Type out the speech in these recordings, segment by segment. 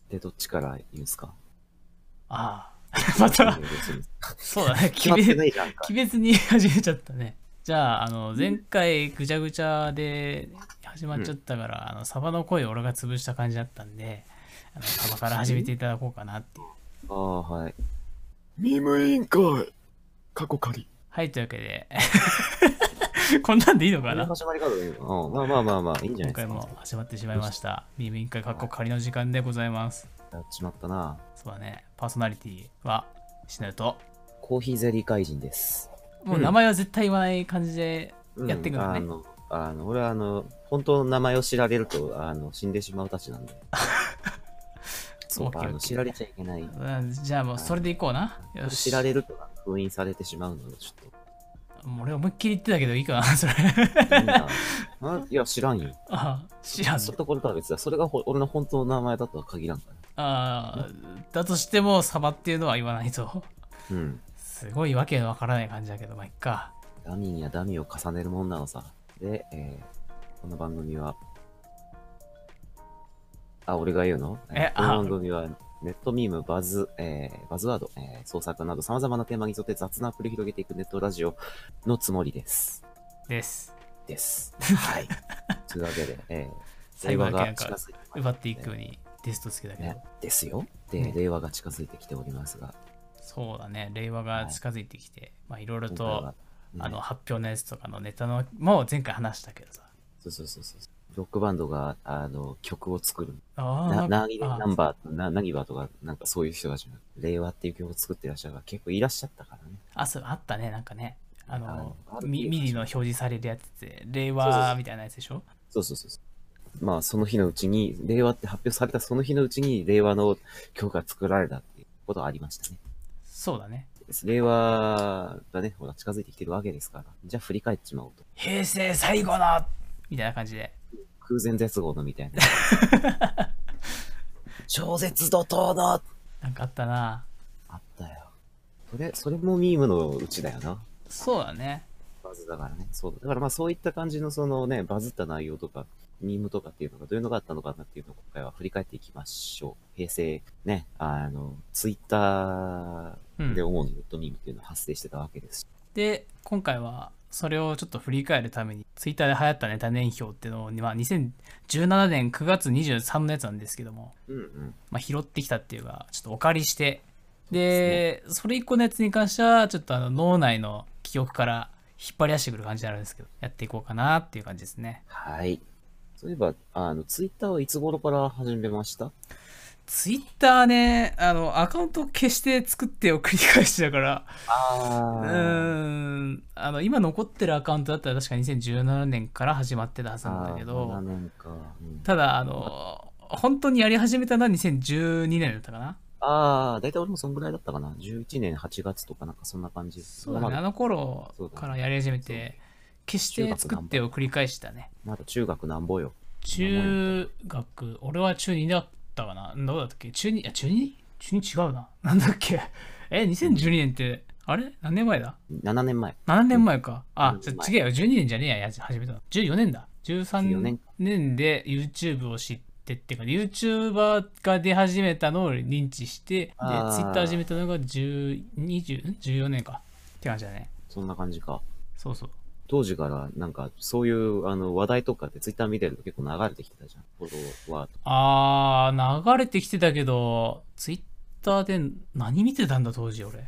で、どっちから言うんすか？ ああ、また、そうだね。 決まってないじゃんか。 決めずに始めちゃったね。じゃあ、前回ぐちゃぐちゃで始まっちゃったから、サバの声を俺が潰した感じだったんで、サバから始めていただこうかなっていう。 ああ、はい。ミーム委員会過去仮。 はい、というわけで、こんなんでいいのかな？ 始まり方でいいの？うん、まあまあまあまあ、いいんじゃないですか。 今回も始まってしまいました。ミーム委員会かっこ仮の時間でございます。 やっちまったな。 そうだね。パーソナリティは、シナと、 コーヒーゼリー怪人です。 もう名前は絶対言わない感じでやっていくんだね。 俺は本当の名前を知られると、死んでしまうたちなんで。そう、知られちゃいけない。 じゃあもうそれでいこうな。よし。 知られると封印されてしまうので、ちょっもう俺思いっきり言ってたけどいいかな、それ。 と。いいな。いや、知らんよ。 ああ、知らんね。 そういったこととは別だ。それが俺の本当の名前だとは限らんから。 ああ、だとしてもサバっていうのは言わないと。 うん。 すごいわけのわからない感じだけど、まあ、いっか。 ダミーにはダミーを重ねるもんなのさ。で、この番組は、俺が言うの？この番組は、ネットミーム、バズワード、創作など様々なテーマに沿って雑談を繰り広げていくネットラジオのつもりです。 です。 はい。というわけで、 最後だけなんか奪っていくようにテストつけたけど。 ですよ。で、令和が近づいてきておりますが。 そうだね。令和が近づいてきて、まあいろいろと、発表のやつとかのネタのも前回話したけどさ。 そう。ロックバンドが、曲を作る。 ナンバー、ナギバーとか、なんかそういう人たちが、令和っていう曲を作ってらっしゃるが結構いらっしゃったからね。 そう、あったね、なんかね。ミディの表示されるやつで、令和みたいなやつでしょ？ そう。まあ、その日のうちに、令和って発表されたその日のうちに、令和の曲が作られたっていうことがありましたね。 そうだね。 令和がね、ほら、近づいてきてるわけですから。じゃあ振り返っちまおうと。 平成最後のみたいな感じで。 空前絶後のみたいな。超絶怒涛のなんかあったな。 あったよ。それもミームのうちだよな。 そうだね。 バズだからね。そうだ。だからまあそういった感じのそのね、バズった内容とか、ミームとかっていうのがどういうのがあったのかなっていうのを今回は振り返っていきましょう。平成、ね、ツイッターで主にネットミームっていうのは発生してたわけです。 で、今回はそれをちょっと振り返るために、ツイッターで流行ったネタ年表っていうのを、まあ、2017年9月23のやつなんですけども、まあ、拾ってきたっていうか、ちょっとお借りして、で、それ以降のやつに関しては、ちょっと脳内の記憶から引っ張り出してくる感じになるんですけど、やっていこうかなっていう感じですね。 はい。そういえば、ツイッターはいつ頃から始めました？ ツイッターね、アカウント消して作ってを繰り返してたから、今残ってるアカウントだったら確か2017年から始まってたはずなんだけど、 7年か。 ただ、本当にやり始めたのは2012年だったかな。 だいたい俺もそんぐらいだったかな。11年8月とかなんかそんな感じ。 そうだね、あの頃からやり始めて、消して作ってを繰り返したね。 まだ中学なんぼよ。 中学、俺は中2だったかな。どうだったっけ？中 2？ 中 2？ 中2違うな。なんだっけ？2012年って、あれ何年前だ？ 7 年前。 7年前か。違えよ。12年じゃねえや、始めたの。14年だ。13年で YouTube を知ってっていうか、YouTuber が出始めたのを認知して、で、Twitter 始めたのが14年か。って感じだね。 そんな感じか。 そう。 当時からなんかそういう話題とかってツイッター見てると結構流れてきてたじゃん。フォロワーと。流れてきてたけど、ツイッターで何見てたんだ当時俺。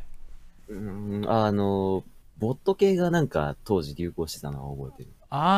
ボット系がなんか当時流行してたのは覚えてる。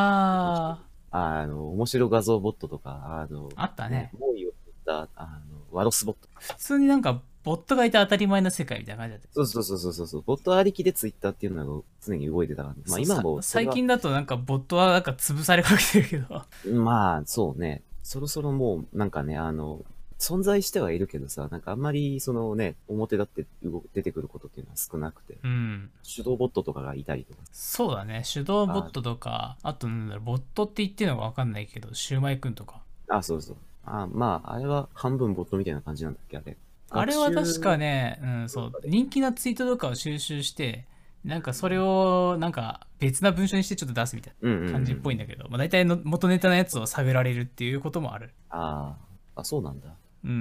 面白画像ボットとか、 あったね。 猛威を振った、ワロスボット。 普通になんかボットがいて当たり前の世界みたいな感じだった。 そう。ボットありきでツイッターっていうのが常に動いてたから、まあ今も最近だとなんかボットはなんか潰されかけてるけど。 まあそうね。そろそろもうなんかね、存在してはいるけどさ、なんかあんまりそのね、表立って出てくることっていうのは少なくて。手動ボットとかがいたりとか。 そうだね。手動ボットとか、あとなんだろう、ボットって言ってるのかわかんないけど、シュウマイくんとか。 そう。まあ、あれは半分ボットみたいな感じなんだっけ、あれ。 あれは確かね、人気なツイートとかを収集して、なんかそれをなんか別な文章にしてちょっと出すみたいな感じっぽいんだけど、まあ大体の元ネタのやつを探られるっていうこともある。 そうなんだ。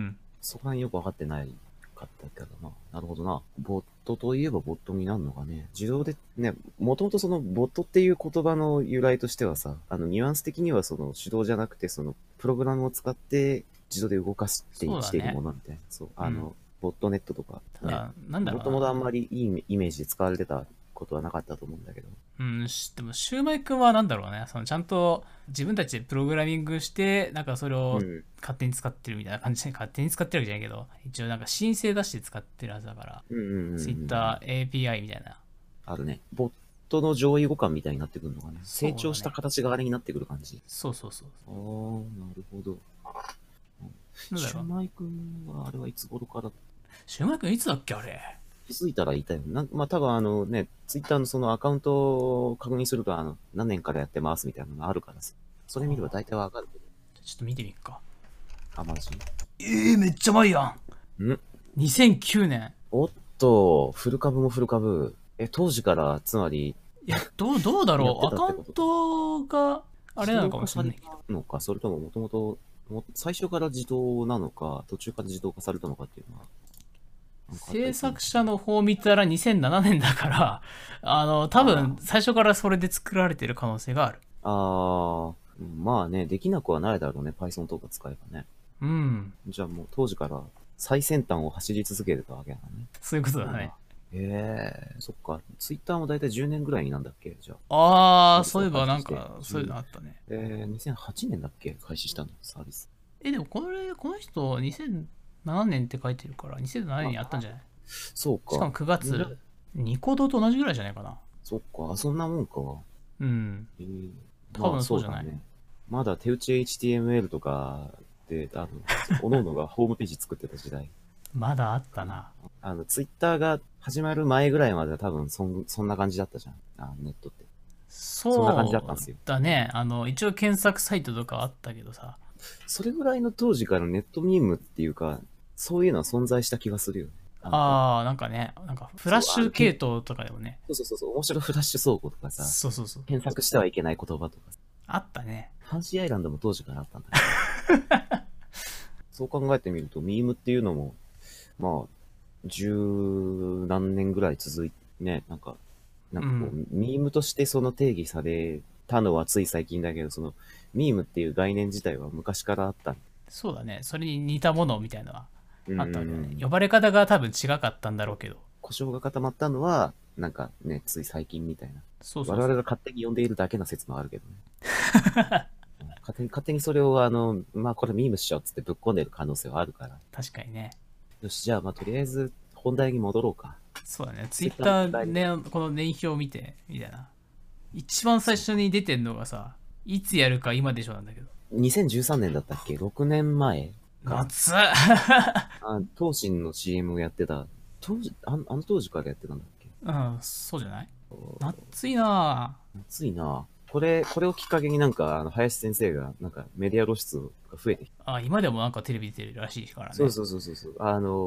そこら辺よくわかってないかったけどな。なるほどな。ボットといえばボットになるのかね。自動で、ね、もともとそのボットっていう言葉の由来としてはさ、ニュアンス的にはその手動じゃなくて、そのプログラムを使って自動で動かしてしているものみたいな。そう、ボットネットとか、 ただ、なんだろうな。 もともとあんまりいいイメージで使われてたことはなかったと思うんだけど。 でも、シューマイ君はなんだろうね。ちゃんと自分たちでプログラミングして、なんかそれを勝手に使ってるみたいな感じで、勝手に使ってるわけじゃないけど、一応なんか申請出して使ってるはずだから、Twitter API みたいな。 あるね。ボットの上位互換みたいになってくるのかね。成長した形があれになってくる感じ。 そうそうそう。 ああ、なるほど。シューマイ君はあれはいつ頃からシューマイ君いつだっけあれ。 気づいたらいたよ。まあ、多分ね、ツイッターのそのアカウントを確認すると、何年からやってますみたいなのがあるからさ。それ見れば大体わかるけど。 ちょっと見てみっか。 あ、マジめっちゃ前やん。2009年。 おっと、フル株もフル株。当時から、つまり。 いや、どうだろう。アカウントが、あれなのかもしれない。 のか、それとももともと、最初から自動なのか、途中から自動化されたのかっていうのは。 制作者の方を見たら2007年だから、多分最初からそれで作られてる可能性がある。 まあね、できなくはないだろうね、Python とか使えばね。 うん。 じゃあもう当時から最先端を走り続けてたわけだね。 そういうことだね。 そっか。Twitter もだいたい10年ぐらいになんだっけじゃあ。 そういえばなんか、そういうのあったね。 2008年だっけ開始したの、サービス。 でもこの人、2007年って書いてるから、2007年にあったんじゃない？ そうか。 しかも9月、ニコ動と同じぐらいじゃないかな。 そっか、そんなもんか。 うん。多分そうじゃない。 まだ手打ち HTML とかで、おのおのがホームページ作ってた時代。 まだあったな。 ツイッターが始まる前ぐらいまでは多分そんな感じだったじゃん。ネットって。そんな感じだったんですよ。 だね。一応検索サイトとかあったけどさ。 それぐらいの当時からネットミームっていうか、そういうのは存在した気がするよね。 なんかね、なんかフラッシュ系統とかでもね。 そう、面白いフラッシュ倉庫とかさ。 そう。 検索してはいけない言葉とか。 あったね。 ファンシーアイランドも当時からあったんだけど。そう考えてみると、ミームっていうのも、まあ、十何年ぐらい続いて、ね、なんかこう、ミームとしてその定義されたのはつい最近だけど、その、ミームっていう概念自体は昔からあった。 そうだね。それに似たものみたいなのはあったわけだね。呼ばれ方が多分違かったんだろうけど。 故障が固まったのは、なんかね、つい最近みたいな。我々が勝手に呼んでいるだけの説もあるけどね。勝手にそれをまあこれミームしちゃうっつってぶっ込んでる可能性はあるから。 確かにね。 よし、じゃあまあとりあえず本題に戻ろうか。 そうだね。ツイッターね、この年表を見て、みたいな。一番最初に出てんのがさ、いつやるか今でしょなんだけど。 2013年だったっけ ?6 年前か。 夏東進の CM をやってた。あの当時からやってたんだっけ？ そうじゃない？夏いなこれをきっかけになんか、林先生が、なんかメディア露出が増えてきた。 今でもなんかテレビ出てるらしいからね。 そう。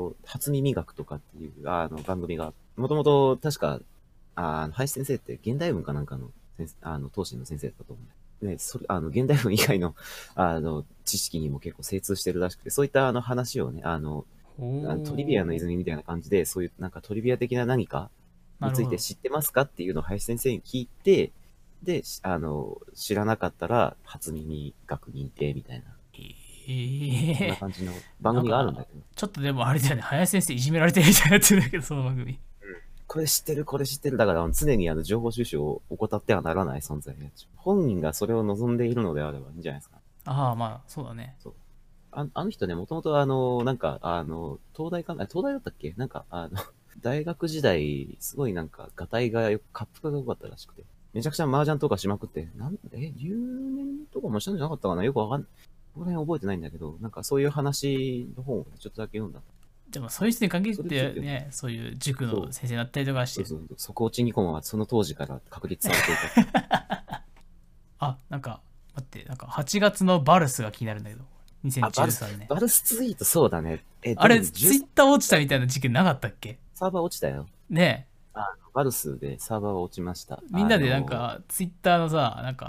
初耳学とかっていう、番組が、もともと確か、林先生って現代文かなんかの、東進の先生だったと思う。ね、現代文以外の、知識にも結構精通してるらしくて、そういった話をね、トリビアの泉みたいな感じで、そういうなんかトリビア的な何かについて知ってますかっていうのを林先生に聞いて、で、知らなかったら初耳学認定みたいな。そんな感じの番組があるんだけど。 ちょっとでもあれだよね、林先生いじめられてるみたいになってるんだけど、その番組。 これ知ってる。だから常に情報収集を怠ってはならない存在で。本人がそれを望んでいるのであればいいんじゃないですか。 まあ、そうだね。 そう。あの人ね、もともとなんか、東大だったっけなんか、大学時代、すごいなんか、ガタイが滑腹が良かったらしくて。めちゃくちゃ麻雀とかしまくって、留年とかもしたんじゃなかったかなよくわかんない。この辺覚えてないんだけど、なんかそういう話の本をちょっとだけ読んだ。 でもそういう人に限ってね、そういう塾の先生になったりとかして。 そこをちにこもはその当時から確立されていた。なんか、待って、なんか8月のバルスが気になるんだけど。2013年。 バルスツイートそうだね。 あれ、ツイッター落ちたみたいな事件なかったっけ？ サーバー落ちたよ。 ねバルスでサーバーが落ちました。 みんなでなんか、ツイッターのさ、なんか、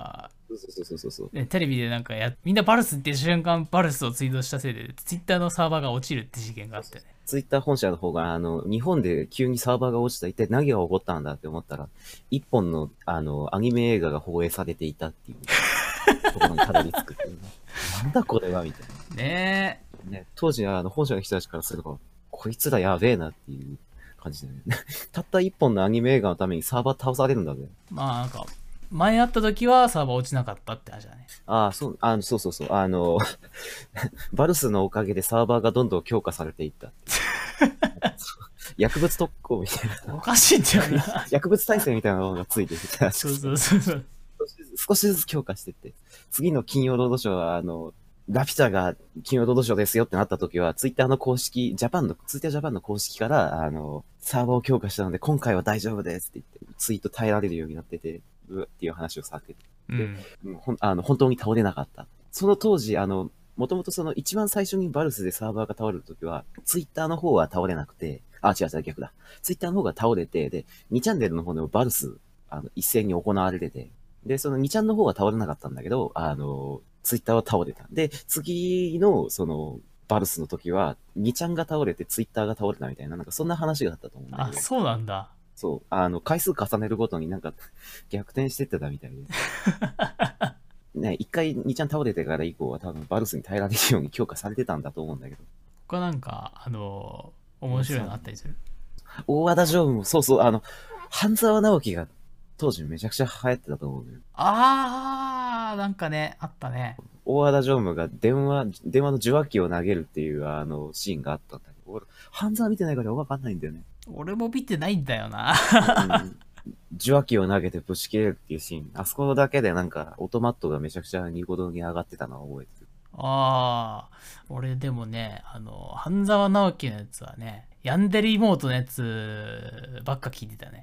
そうそうそうそうそう。 でテレビでなんかみんなバルスっていう瞬間、バルスをツイートしたせいで、ツイッターのサーバーが落ちるって事件があってね。 ツイッター本社の方が、日本で急にサーバーが落ちた、一体何が起こったんだって思ったら、一本の、アニメ映画が放映されていたっていうところにたどり着くっていうね。なんだこれはみたいな。 ねね、当時、本社の人たちからすれば、こいつらやべえなっていう感じだよね。たった一本のアニメ映画のためにサーバー倒されるんだぜ。 まあなんか、前会った時はサーバー落ちなかったって話だね。 ああ、そう、そうそうそう。バルスのおかげでサーバーがどんどん強化されていったっていう。薬物特攻みたいな。 おかしいんだよな。 薬物耐性みたいなのがついてきた。 そうそうそうそう。 少しずつ強化してって、次の金曜ロードショーは、ラピュタが金曜ロードショーですよってなった時は、ツイッターの公式、ツイッタージャパンの公式から、サーバーを強化したので、今回は大丈夫ですって言って、ツイート耐えられるようになってて、っていう話をされてて、うん、本当に倒れなかった。その当時、もともとその一番最初にバルスでサーバーが倒れるときは、ツイッターの方は倒れなくて、違う逆だ。ツイッターの方が倒れて、で、2チャンネルの方でもバルス、一斉に行われてて、で、その2ちゃんの方は倒れなかったんだけど、ツイッターは倒れた。で、次の、バルスの時は、2ちゃんが倒れてツイッターが倒れたみたいな、なんかそんな話があったと思うんだけあ、 ど。 そうなんだ。 そう。回数重ねるごとになんか逆転してってたみたいで。ね、一回2ちゃん倒れてから以降は多分バルスに耐えられるように強化されてたんだと思うんだけど。 他なんか、面白いのあったりする？ 大和田常務も、そうそう、半沢直樹が当時めちゃくちゃ流行ってたと思うんだよ。 なんかね、あったね。 大和田常務が電話の受話器を投げるっていうシーンがあったんだけど、俺、半沢見てないからわかんないんだよね。 俺も見てないんだよな。 うん、受話器を投げてぶち切れるっていうシーン。あそこだけでなんか、オートマットがめちゃくちゃニコ動に上がってたのは覚えてる。 俺でもね、半沢直樹のやつはね、ヤンデル妹のやつばっか聞いてたね。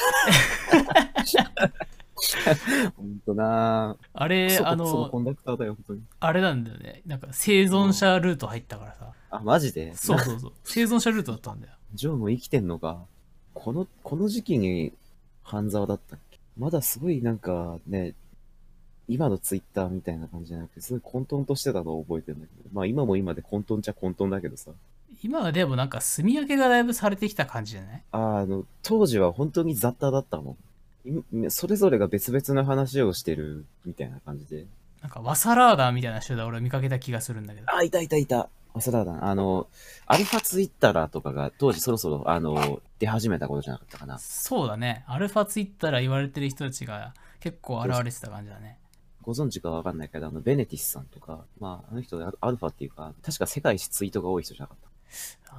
ほんとなぁ。 あれ、 そのコンダクターだよ、本当に。 あれなんだよね。なんか生存者ルート入ったからさ。 マジで？ そうそうそう。生存者ルートだったんだよ。 ジョーも生きてんのか。この時期に半沢だったっけ？まだすごいなんかね、今のツイッターみたいな感じじゃなくて、すごい混沌としてたのを覚えてるんだけど。まあ今も今で混沌っちゃ混沌だけどさ。 今はでもなんか住み分けがだいぶされてきた感じじゃない？ 当時は本当に雑多だったもん。それぞれが別々の話をしてるみたいな感じで。 なんかワサラーダーみたいな集団俺見かけた気がするんだけど。 いた。早稲田だ。アルファツイッターとかが当時そろそろ、出始めたことじゃなかったかな。 そうだね。アルファツイッター言われてる人たちが結構現れてた感じだね。 ご存知かわかんないけど、ベネティスさんとか、まあ、あの人アルファっていうか、確か世界一ツイートが多い人じゃなかった。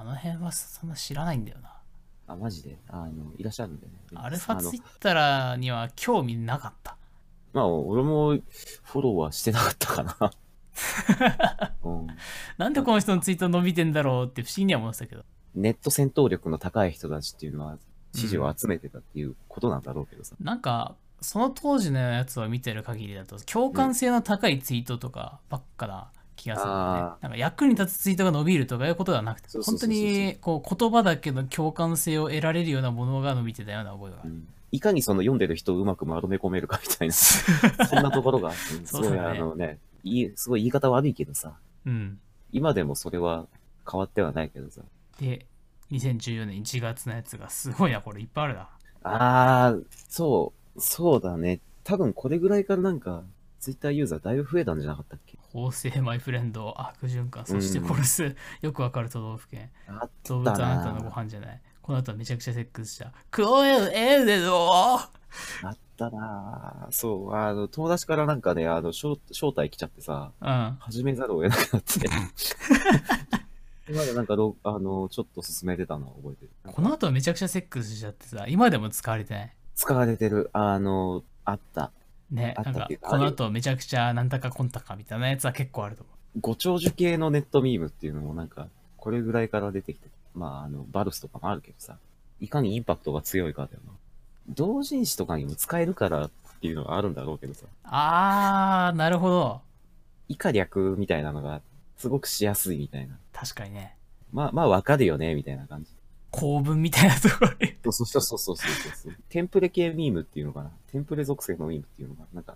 あの辺はそんな知らないんだよな。 マジでいらっしゃるんだよね。 アルファツイッターには興味なかった。 まあ、俺もフォローはしてなかったかな。うん、 なんでこの人のツイート伸びてんだろうって不思議には思ってたけど。 ネット戦闘力の高い人たちっていうのは支持を集めてたっていうことなんだろうけどさ。 なんか、その当時のやつを見てる限りだと、共感性の高いツイートとかばっかな気がするんだよね。なんか役に立つツイートが伸びるとかいうことではなくて、本当にこう言葉だけの共感性を得られるようなものが伸びてたような覚えがある。 いかにその読んでる人をうまくまとめ込めるかみたいな、そんなところが、すごいすごい言い方悪いけどさ、今でもそれは変わってはないけどさ。 で、2014年1月のやつがすごいな、これいっぱいあるな。そうだね。多分これぐらいからなんか、ツイッターユーザーだいぶ増えたんじゃなかったっけ？ 法制マイフレンド、悪循環、そして殺す、よくわかる都道府県。動物あなたのご飯じゃない。この後はめちゃくちゃセックスした。クロエルエルでぞあったなぁ。そう、友達からなんかね、招待来ちゃってさ、始めざるを得なくなって。今でなんかちょっと進めてたのを覚えてる。 この後はめちゃくちゃセックスしちゃってさ、今でも使われてない？ 使われてる。あった。 ね、なんか、この後めちゃくちゃなんだかこんたかみたいなやつは結構あると思う。ご長寿系のネットミームっていうのもなんか、これぐらいから出てきて、まあバルスとかもあるけどさ、いかにインパクトが強いかだよな。同人誌とかにも使えるからっていうのがあるんだろうけどさ。 なるほど。 以下略みたいなのが、すごくしやすいみたいな。 確かにね。 まあわかるよね、みたいな感じ。 構文みたいなところに。 そう。テンプレ系ミームっていうのかな。テンプレ属性のミームっていうのが、なんか、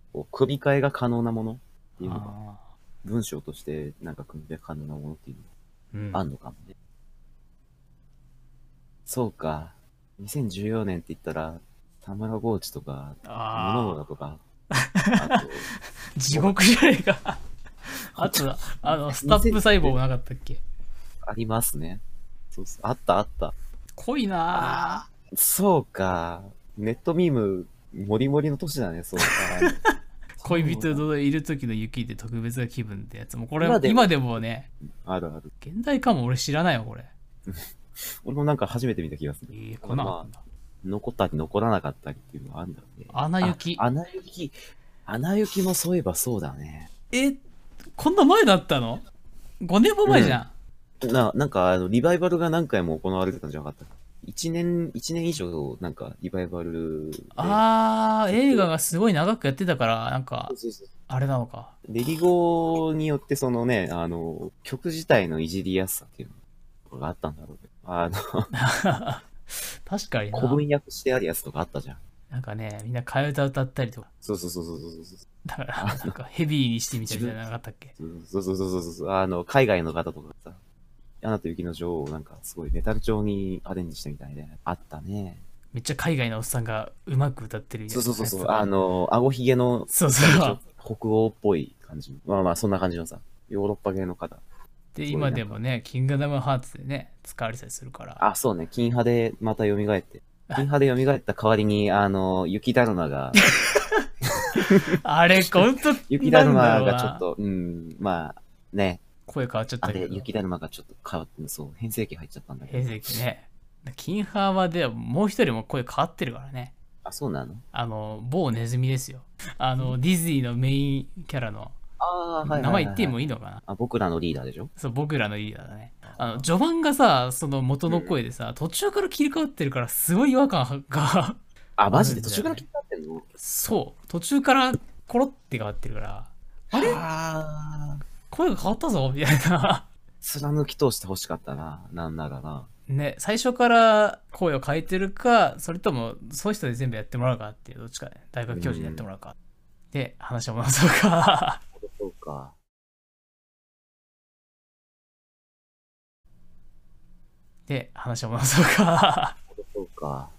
こう組み替えが可能なものっていうのが、文章としてなんか組み替え可能なものっていうのがあんのかもね。そうか。2014年って言ったら、田村ゴーチとか、物々とか、あと、 地獄じゃねえか。あと、スタップ細胞もなかったっけ？ ありますね。そうそう。あったあった。 濃いなぁ。そうか。ネットミーム、もりもりの年だね、そうか。 恋人といる時の雪で特別な気分ってやつも、これ、今でもね、 あるある。 現代かも俺知らないよ、これ。 俺もなんか初めて見た気がする。 こんなの残ったり残らなかったりっていうのがあるんだろうね。 アナ雪。 アナ雪もそういえばそうだね。 こんな前だったの？ 5 年も前じゃん。なんかリバイバルが何回も行われてたんじゃなかったか。1年以上、なんか、リバイバル。 映画がすごい長くやってたから、なんか、あれなのか。 レリゴによってそのね、曲自体のいじりやすさっていうのがあったんだろうね。 確かにな。 古文訳してあるやつとかあったじゃん。 なんかね、みんな替え歌歌ったりとか。 そう。 だから、なんかヘビーにしてみたいなのなかったっけ？ そう。海外の方とかさ、アナと雪の女王をなんかすごいメタル調にアレンジしたみたいで、あったね。 めっちゃ海外のおっさんがうまく歌ってる。 そう。顎ひげの、 そう。 北欧っぽい感じ。まあ、そんな感じのさ、ヨーロッパ系の方。 で、今でもね、キングダムハーツでね、使われたりするから。 あ、そうね、金派でまた蘇って。金派で蘇った代わりに、雪だるまが。 あれ、ほんと雪だるまがちょっと、まあ、ね。 声変わっちゃったけど。 あれ、雪だるまがちょっと変わって、そう、変声期入っちゃったんだけど。 変声期ね。金派はでもう一人も声変わってるからね。 あ、そうなの某ネズミですよ。ディズニーのメインキャラの。名前言ってもいいのかな？ 僕らのリーダーでしょ？ そう、僕らのリーダーだね。序盤がさ、その元の声でさ、途中から切り替わってるから、すごい違和感が。 マジで途中から切り替わってんの？ そう。途中からコロって変わってるから、あれ？声が変わったぞみたいな。 貫き通して欲しかったな。なんならな。 ね、最初から声を変えてるか、それとも、そういう人で全部やってもらうかっていう、どっちかね。大学教授でやってもらうか。で、話を戻そうか。 そうか。 で、話を戻そうか。 そうか。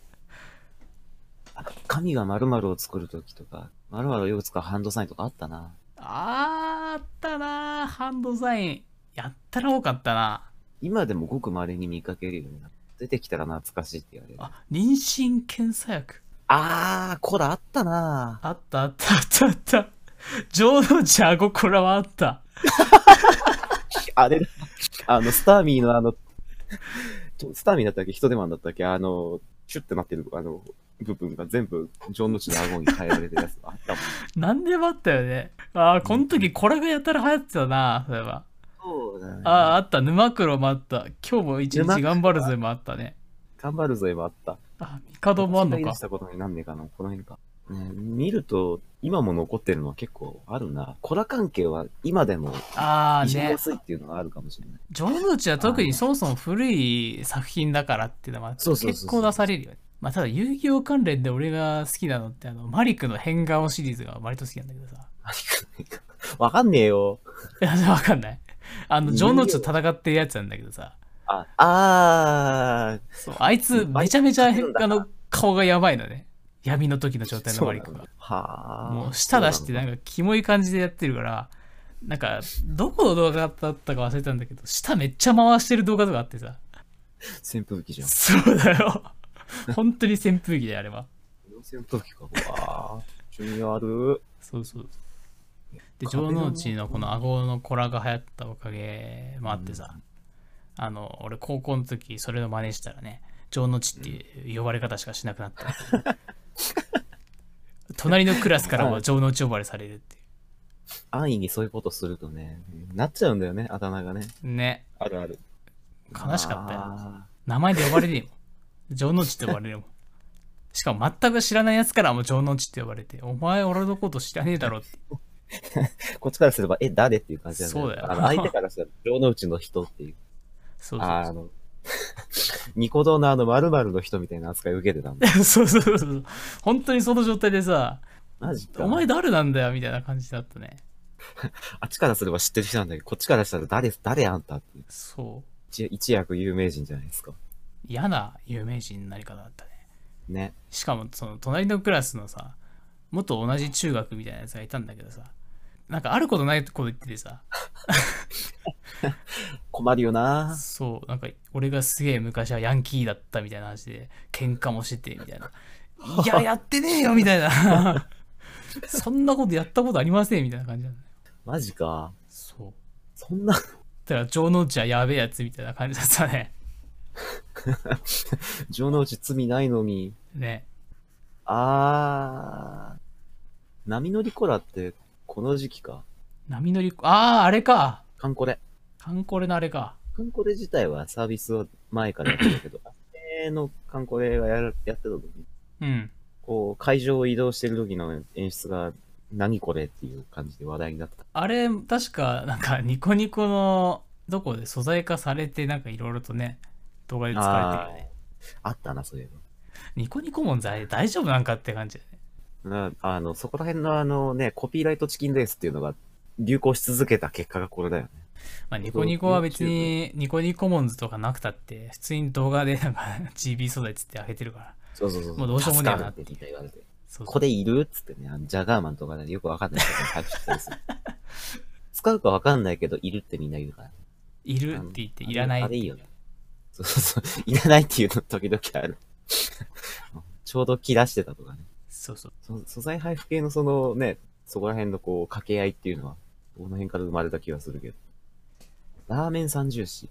神が〇〇を作るときとか、〇〇をよく使うハンドサインとかあったな。 あったなハンドサイン。やったら多かったな。 今でもごく稀に見かけるような。出てきたら懐かしいって言われる。 妊娠検査薬。 これあったなあった。城之内あごこらはあった。 あれだ。スターミーのスターミーだったっけ？人手マンだったっけ？シュッてなってる、部分が全部、城之内の顎に変えられてるやつがあったもん。 なんでもあったよね。この時これがやたら流行ってたな、そういえば。 そうだね。 あった。沼黒もあった。今日も一日頑張るぜもあったね。 頑張るぜもあった。 帝もあんのか。 したことになんねえかな、この辺か。見ると、今も残ってるのは結構あるな。コラ関係は今でも、いじりやすいっていうのがあるかもしれない。 城之内は特にそもそも古い作品だからっていうのは結構出されるよね。まあただ遊戯王関連で俺が好きなのってマリクの変顔シリーズが割と好きなんだけどさ。 マリクの変顔わかんねえよ。 いや、わかんない。城之内と戦ってるやつなんだけどさ。そう、あいつめちゃめちゃ顔がやばいのね。闇の時の状態のマリクが。もう舌出してなんかキモい感じでやってるから、なんかどこの動画だったか忘れたんだけど、舌めっちゃ回してる動画とかあってさ。 扇風機じゃん。 そうだよ。本当に扇風機であれば。 扇風機か。趣味ある。 そう。で、城之内のこの顎のコラが流行ったおかげもあってさ、俺高校の時それの真似したらね、城之内っていう呼ばれ方しかしなくなった。隣のクラスからも城之内呼ばれされるっていう。 安易にそういうことするとね、なっちゃうんだよね、あだ名がね。 ね。 あるある。 悲しかったよ。名前で呼ばれねえもん。城之内って呼ばれるもん。しかも全く知らないやつからも城之内って呼ばれて、お前俺のこと知らねえだろって。 こっちからすれば、誰っていう感じなんだよ。 そうだよ。 相手からすれば、城之内の人っていう。 そう。 ニコ動の〇〇の人みたいな扱い受けてたんだ。 そう。本当にその状態でさ、 マジか。 お前誰なんだよみたいな感じだったね。 あっちからすれば知ってる人なんだけど、こっちからしたら誰あんたって。 そう。 一躍有名人じゃないですか。 嫌な有名人になり方だったね。 ね。 しかも、その、隣のクラスのさ、元同じ中学みたいなやつがいたんだけどさ、なんかあることないこと言っててさ、 困るよな。 そう、なんか俺がすげえ昔はヤンキーだったみたいな話で、喧嘩もしてて、みたいな。いや、やってねえよみたいな。そんなことやったことありませんみたいな感じなんだよ。 マジか。 そう。 そんな、 だから城之内はやべえやつみたいな感じだったね。 城之内罪ないのに。 ね。 波乗りコラってこの時期か。 波乗り、ああ、あれか。 カンコレ。 カンコレのあれか。 カンコレ自体はサービスを前からやってるけど、のカンコレがやってた時に、 うん。 こう、会場を移動してる時の演出が、何これっていう感じで話題になった。 あれ、確か、なんか、ニコニコの、どこで素材化されて、なんかいろいろとね、動画で使われてるよね。 あったな、そういうニコニコもん大丈夫なんかって感じだね。 そこら辺のコピーライトチキンレースっていうのが流行し続けた結果がこれだよね。 まあ、ニコニコは別に、ニコニコモンズとかなくたって、普通に動画でなんか GB 素材つってあげてるから。 そうそうそう。 もうどうしようもねえなって言われて。 そうそうこれいるっつってね、ジャガーマンとかでよくわかんない人が配布したりする。使うかわかんないけど、いるってみんな言うから。 いるって言って、いらないってあれいいよね。そうそうそう。いらないっていうの時々ある。ちょうど切らしてたとかね。 そうそう。 素材配布系のそのね、そこら辺のこう、掛け合いっていうのは、この辺から生まれた気がするけど。ラーメン三重視。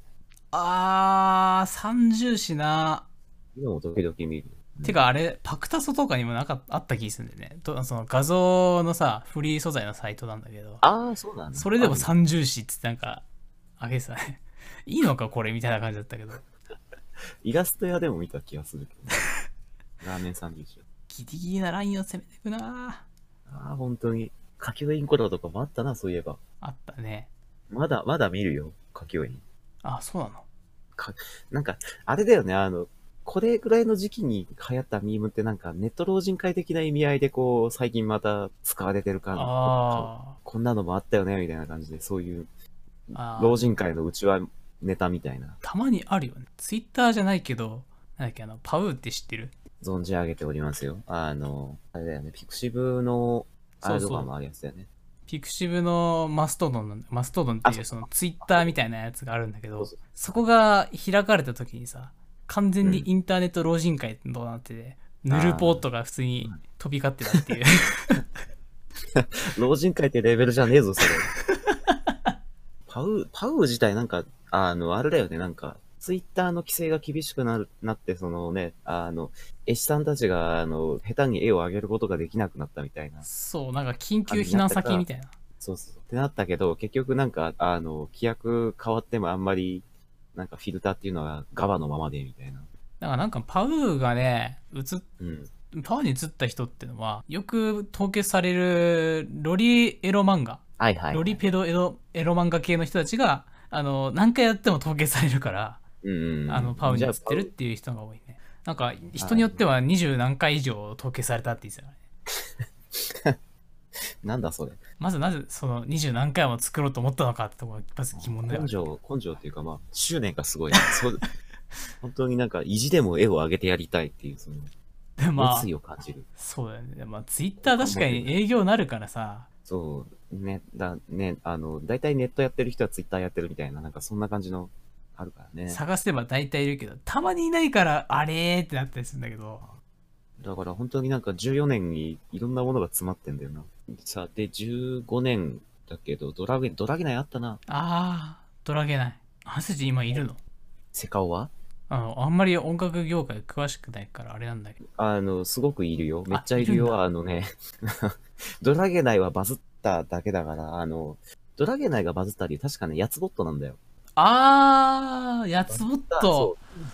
三重視な。 今も時々見る。 てかあれ、パクタソとかにもあった気するんだよね。その画像のさ、フリー素材のサイトなんだけど。 そうなんだ。 それでも三重視ってなんか、あげてたね。いいのかこれみたいな感じだったけど。 イラスト屋でも見た気がするけど、ね。ラーメン三重視。 ギリギリなラインを攻めていくな本当に。書きインコラとかもあったな、そういえば。 あったね。 まだ見るよ、書きイン。 そうなの。 なんか、あれだよね、これぐらいの時期に流行ったミームってなんかネット老人会的な意味合いでこう、最近また使われてる感じ。こんなのもあったよね、みたいな感じで、そういう、老人会のうちはネタみたいな。 たまにあるよね。ツイッターじゃないけど、なんだっけ、パウーって知ってる？ 存じ上げておりますよ。あれだよね、ピクシブの、あれとかもあるやつだよね。 ピクシブのマストドンっていうそのツイッターみたいなやつがあるんだけど、そこが開かれた時にさ、完全にインターネット老人会となってて、ヌルポートが普通に飛び交ってたっていう。 老人会ってレベルじゃねえぞ、それ。パウ自体なんか、あれだよね、なんか、ツイッターの規制が厳しくなって、そのね、絵師さんたちが、下手に絵を上げることができなくなったみたいな。 そう、なんか緊急避難先みたいな。 そう。ってなったけど、結局なんか、規約変わってもあんまり、なんかフィルターっていうのはガバのままで、みたいな。 だからなんかパウがね、パウに映った人ってのは、よく統計されるロリエロ漫画。ロリペドエロ漫画系の人たちが、何回やっても統計されるから、パウに映ってるっていう人が多いね。なんか、人によっては20何回以上統計されたって言ってたからね。 なんだそれ。 まずなぜその20何回も作ろうと思ったのかってところがまず疑問だよ、ね。 根性っていうかまあ、執念がすごい、ね。本当になんか意地でも絵を上げてやりたいっていう、その、熱意を感じる。 そうだよね。まあ、ツイッター確かに営業なるからさ。 そうね、だいたいネットやってる人はツイッターやってるみたいな、なんかそんな感じの、あるからね。 探せば大体いるけど、たまにいないから、あれーってなったりするんだけど。 だから本当になんか14年にいろんなものが詰まってんだよな。さて、15年だけど、ドラゲナイあったな。 ドラゲナイ。ハセチ今いるの？ セカオはあんまり音楽業界詳しくないからあれなんだけど。すごくいるよ。めっちゃいるよ。ドラゲナイはバズっただけだから、ドラゲナイがバズった理由、確かね、ヤツボットなんだよ。 ヤツボット。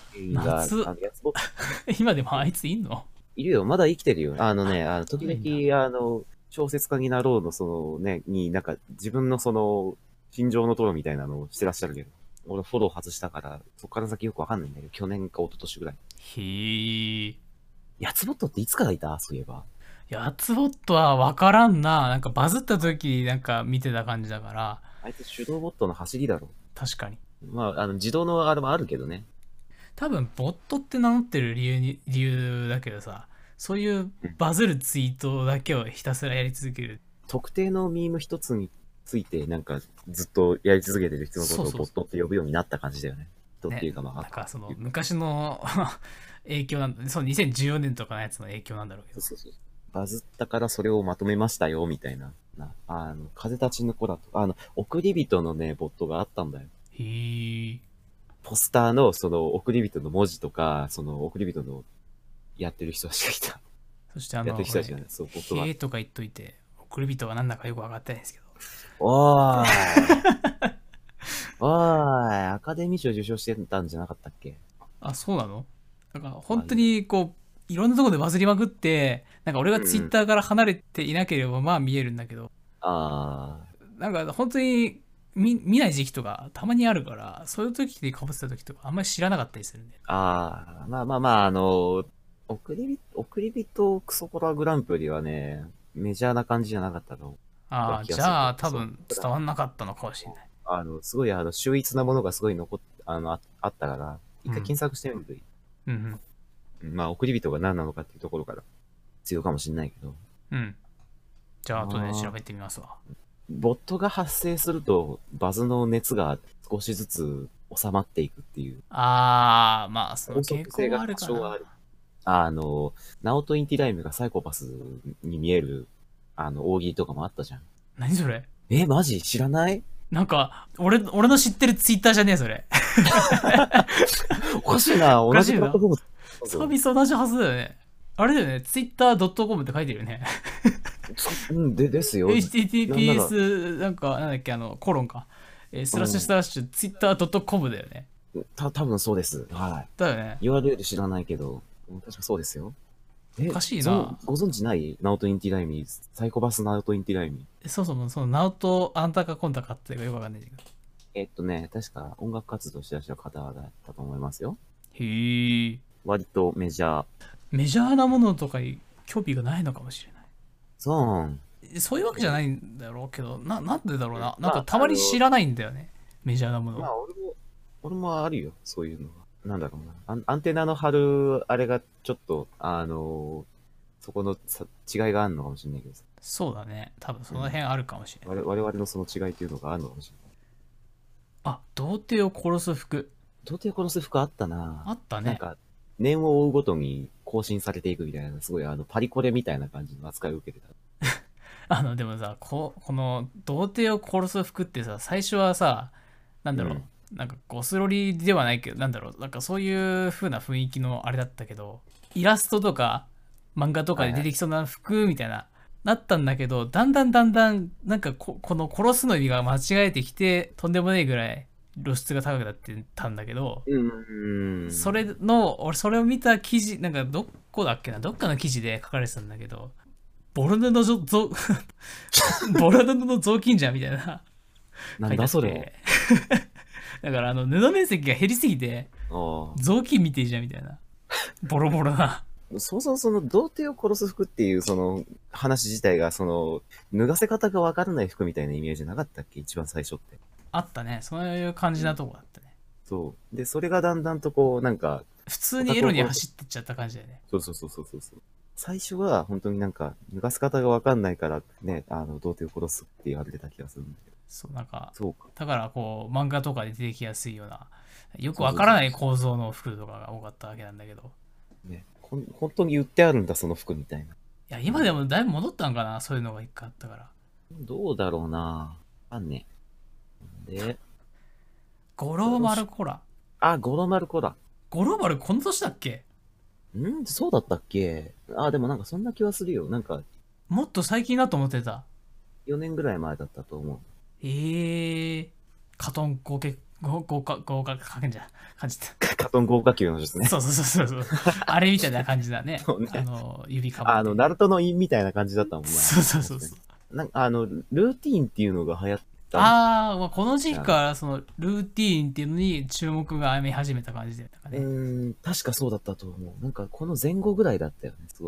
今でもあいついんの？ いるよ。まだ生きてるよ。時々、小説家になろうの、そのね、なんか自分のその、心情のトロみたいなのをしてらっしゃるけど。俺フォロー外したから、そっから先よくわかんないんだけど、去年か一昨年ぐらい。 へー。 ヤツボットっていつからいた？そういえば。 やつボットは分からんな。なんかバズった時なんか見てた感じだから。 あいつ手動ボットの走りだろ。 確かに。 まあ、自動のあれもあるけどね。 多分ボットって名乗ってる理由だけどさ、そういうバズるツイートだけをひたすらやり続ける。 特定のミーム一つについて、なんかずっとやり続けてる人のことをボットって呼ぶようになった感じだよね。とっていうかまあ、 なんかその昔の影響なんだ、そう2014年とかのやつの影響なんだろうけど。 そうそうそう。バズったからそれをまとめましたよ、みたいな。風立ちぬ子だと、送り人のね、ボットがあったんだよ。 へー。 ポスターの、その、送り人の文字とか、その、送り人の、やってる人たちがいた。 そしてやってる人たちがね、そう、ボットが。 へーとか言っといて、送り人が何だかよく分かってないんですけど。 おーい。おーい、アカデミー賞受賞してたんじゃなかったっけ？ あ、そうなの？なんか本当にこう、いろんなところでバズりまくって、なんか俺がツイッターから離れていなければまあ見えるんだけど、なんか本当に見ない時期とかたまにあるから、そういう時で被ってた時とかあんまり知らなかったりするんで。 まあまあまあ、送り人クソコラグランプリはね、メジャーな感じじゃなかったの。 じゃあ多分伝わんなかったのかもしれない。 すごい秀逸なものがすごいあったから、一回検索してみるといい。 うんうん。まあ、送り人が何なのかっていうところから強いかもしれないけど。 うん。じゃあ後で調べてみますわ。 ボットが発生すると、バズの熱が少しずつ収まっていくっていう。 まあ、その傾向があるかな。 ナオトインティライムがサイコパスに見える、大喜利とかもあったじゃん。 何それ？ マジ知らない？ なんか、俺の知ってるツイッターじゃねえ、それ。 おかしいな、同じプラットフォーム。 サービス同じはずだよね。あれだよね、twitter.com って書いてるよね。 ですよ。 https、なんだっけ、コロンか。スラッシュスラッシュ、twitter.com だよね。 多分そうです。はい。 だよね。 URL 知らないけど、確かそうですよ。 おかしいな。 ご存知ないナオトインティライミー、サイコパスナオトインティライミー。そのナオトあんたかコンタかっていうかよくわかんないけど。確か音楽活動してらっしゃる方だったと思いますよ。 へー。 割とメジャー。 メジャーなものとかに興味がないのかもしれない。 そういうわけじゃないんだろうけど、なんでだろうな。なんかたまに知らないんだよね。メジャーなもの。 まあ俺もあるよ、そういうのが。なんだろうな。アンテナの張る、あれがちょっと、そこの違いがあるのかもしれないけどさ。 そうだね。多分その辺あるかもしれない。 我々のその違いっていうのがあるのかもしれない。童貞を殺す服。 童貞を殺す服あったな。 あったね。 なんか、年を追うごとに更新されていくみたいな、すごいパリコレみたいな感じの扱いを受けてた。でもさ、この童貞を殺す服ってさ、最初はさ、なんだろう。なんかゴスロリではないけど、なんだろう。なんかそういう風な雰囲気のあれだったけど、イラストとか漫画とかで出てきそうな服みたいな、なったんだけど、だんだん、なんかこの殺すの意味が間違えてきて、とんでもないぐらい露出が高くなってたんだけど、それ俺それを見た記事、なんかどこだっけな、どっかの記事で書かれてたんだけど、ボルネのボルネの雑巾じゃんみたいな。 なんだそれ。 だから布面積が減りすぎて、雑巾見ていいじゃんみたいな。ボロボロな。 そもそもその童貞を殺す服っていうその話自体が脱がせ方がわからない服みたいなイメージなかったっけ？一番最初って。 あったね。そういう感じなとこだったね。 そう。で、それがだんだんとこう、なんか。 普通にエロに走ってっちゃった感じだよね。 そう。最初は本当になんか、脱がせ方がわかんないからね、童貞を殺すって言われてた気がするんだけど。 そう、なんか、 そうか。 だからこう、漫画とかで出てきやすいような、よくわからない構造の服とかが多かったわけなんだけど。 ね、本当に売ってあるんだ、その服みたいな。いや、今でもだいぶ戻ったんかな、そういうのが一回あったから。 どうだろうな。あんね。で、 ゴロマルコラ。 ゴロマルコラ。 ゴロマルこの年だっけ？ そうだったっけ？でもなんかそんな気はするよ。なんか。 もっと最近だと思ってた。 4年ぐらい前だったと思う。 カトン合格感じた。 カトン合格級のですね。 そう。あれみたいな感じだね。指かぶって。 ナルトの印みたいな感じだったもんね。 そう。 なんかルーティーンっていうのが流行った。 まあこの時期からそのルーティーンっていうのに注目が始めた感じだったかね。 確かそうだったと思う。なんかこの前後ぐらいだったよね、すごい。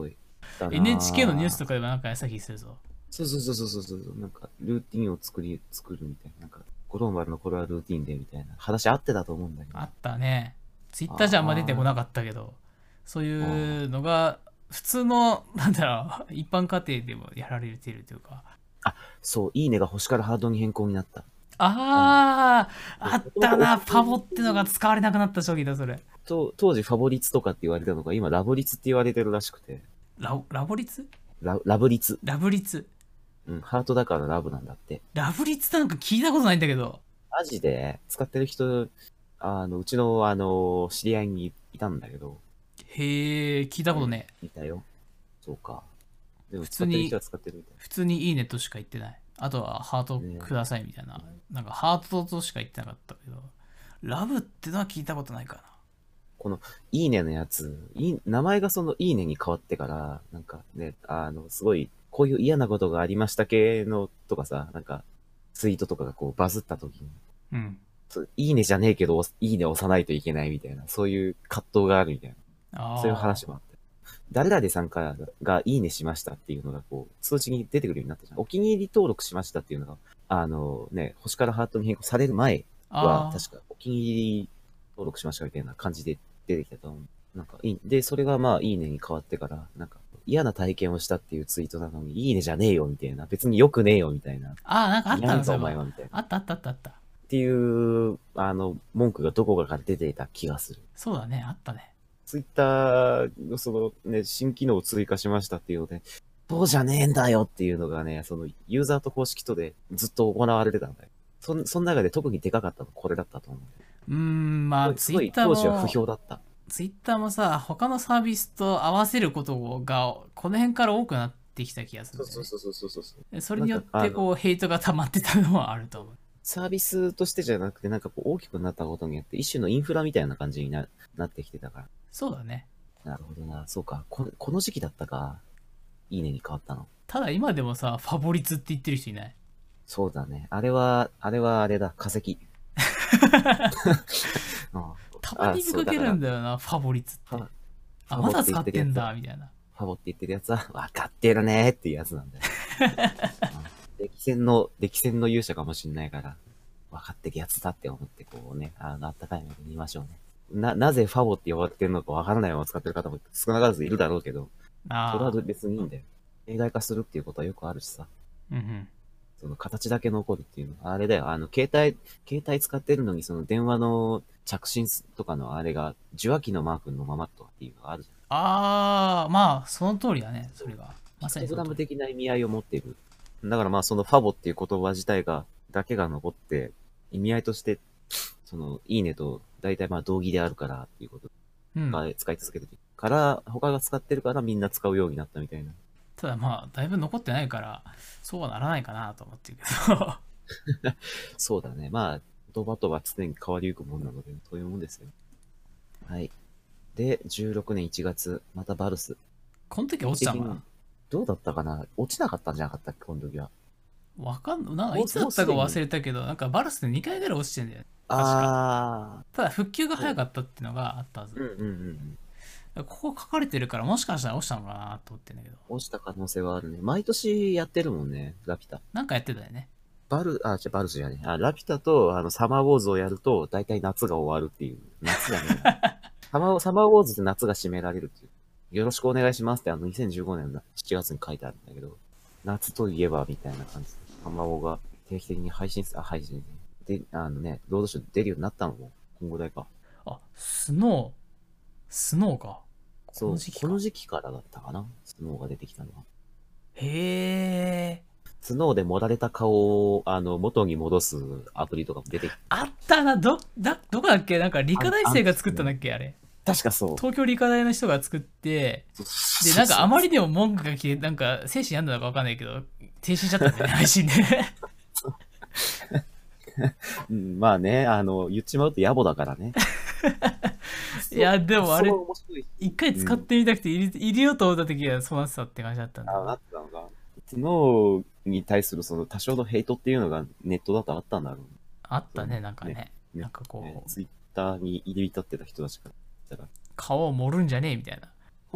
NHK のニュースとかでもなんかやさきするぞ。 そうそうそうそうそう。なんか、ルーティンを作るみたいな。なんか、五郎丸のこれはルーティンでみたいな話あってたと思うんだけど。 あったね。ツイッターじゃあんま出てこなかったけど、そういうのが、普通の、なんだろう、一般家庭でもやられているというか。 あ、そう、いいねが星からハードに変更になった。 あったな、ファボってのが使われなくなった将棋だ、それ。 当時ファボリツとかって言われたのが、今ラボリツって言われてるらしくて。 ラボリツラブリツ。 ラブリツ。 うん、ハートだからラブなんだって。 ラブリツなんか聞いたことないんだけど。 マジで使ってる人、うちの、知り合いにいたんだけど。 へえ、聞いたことね。 いたよ。そうか。でも普通に、 使ってるみたい。 普通にいいねとしか言ってない。あとはハートくださいみたいな。なんかハートとしか言ってなかったけど、ラブってのは聞いたことないかな。 この、いいねのやつ、名前がそのいいねに変わってから、なんかね、すごい、こういう嫌なことがありました系のとかさ、なんか、ツイートとかがこうバズった時に、 うん。 いいねじゃねえけど、いいね押さないといけないみたいな、そういう葛藤があるみたいな、そういう話もあって。誰々さんからがいいねしましたっていうのがこう、通知に出てくるようになったじゃん。お気に入り登録しましたっていうのが、星からハートに変更される前は、確かお気に入り登録しましたみたいな感じで出てきたと思う。なんかで、それがまあ、いいねに変わってから、なんか、嫌な体験をしたっていうツイートなのに、いいねじゃねえよみたいな。別に良くねえよみたいな。 なんかあったのかお前はみたいな。 あった。 っていう、文句がどこかから出ていた気がする。 そうだね、あったね。 ツイッターのそのね、新機能を追加しましたっていうので、そうじゃねえんだよっていうのがね、そのユーザーと公式とでずっと行われてたんだよ。その中で特にでかかったのこれだったと思う。 まあ、ツイッター当時は不評だった。 ツイッターもさ、他のサービスと合わせることが、この辺から多くなってきた気がする、ね。 そう。 それによってこう、ヘイトが溜まってたのはあると思う。 サービスとしてじゃなくて、なんかこう大きくなったことによって、一種のインフラみたいな感じになってきてたから。 そうだね。 なるほどな。そうか。この時期だったか。いいねに変わったの。 ただ今でもさ、ファボリツって言ってる人いない？ そうだね。あれはあれだ。化石。 たまに見かけるんだよな、ファボリツって。まだ使ってんだ、みたいな。 ファボって言ってるやつは、分かってるねーっていうやつなんだよ。歴戦の勇者かもしんないから、分かってるやつだって思って、こうね、あったかい目で見ましょうね。なぜファボって呼ばれてるのか分からないまま使ってる方も少なからずいるだろうけど、それは別にいいんだよ。例外化するっていうことはよくあるしさ。その形だけ残るっていうのは、あれだよ。携帯使ってるのに、その電話の着信とかのあれが、受話器のマークのままとかっていうのがあるじゃん。まあ、その通りだね、それが。 まさに。プログラム的な意味合いを持っている。だからまあ、そのファボっていう言葉自体だけが残って、意味合いとして、その、いいねと、大体まあ、同義であるからっていうことが使い続けてるから、他が使ってるからみんな使うようになったみたいな。 ただまあ、だいぶ残ってないから、そうはならないかなと思ってるけど。 そうだね。まあ、言葉とは常に変わりゆくもんなので、そういうもんですよ。はい。で、16年1月、またバルス。 この時落ちたのかな？ どうだったかな？落ちなかったんじゃなかったっけ、この時は。 なんかいつだったか忘れたけど、なんかバルスで2回ぐらい落ちてんだよね。確か。ただ復旧が早かったっていうのがあったはず。ここ書かれてるから、もしかしたら落ちたのかなと思ってんだけど。 落ちた可能性はあるね。毎年やってるもんね、ラピュタ。 なんかやってたよね。 バルスじゃねえ。ラピュタと、サマーウォーズをやると、大体夏が終わるっていう。夏だね。サマーウォーズって夏が締められるっていう。よろしくお願いしますって2015年の7月に書いてあるんだけど、夏といえばみたいな感じで、サマーウォーが定期的に配信で、ロードショー出るようになったのも、今後だか。 スノーか。 そう、この時期からだったかな、スノーが出てきたのは。 へー。 スノーで盛られた顔を、元に戻すアプリとかも出てきた。 あったな、どこだっけ？なんか理科大生が作ったんだっけあれ。 確かそう。 東京理科大の人が作って、で、なんかあまりにも文句が来て、なんか精神病んだのかわかんないけど、停止しちゃったんだよね、配信で。 まあね、言っちまうと野暮だからね。 いや、でもあれ、一回使ってみたくて入れようと思った時はそうなってたって感じだったんだ。 なってたのか。スノーに対するその多少のヘイトっていうのがネットだとあったんだろうね。 あったね、なんかね。なんかこう。 ツイッターに入り浸ってた人たちから。 顔を盛るんじゃねえみたいな。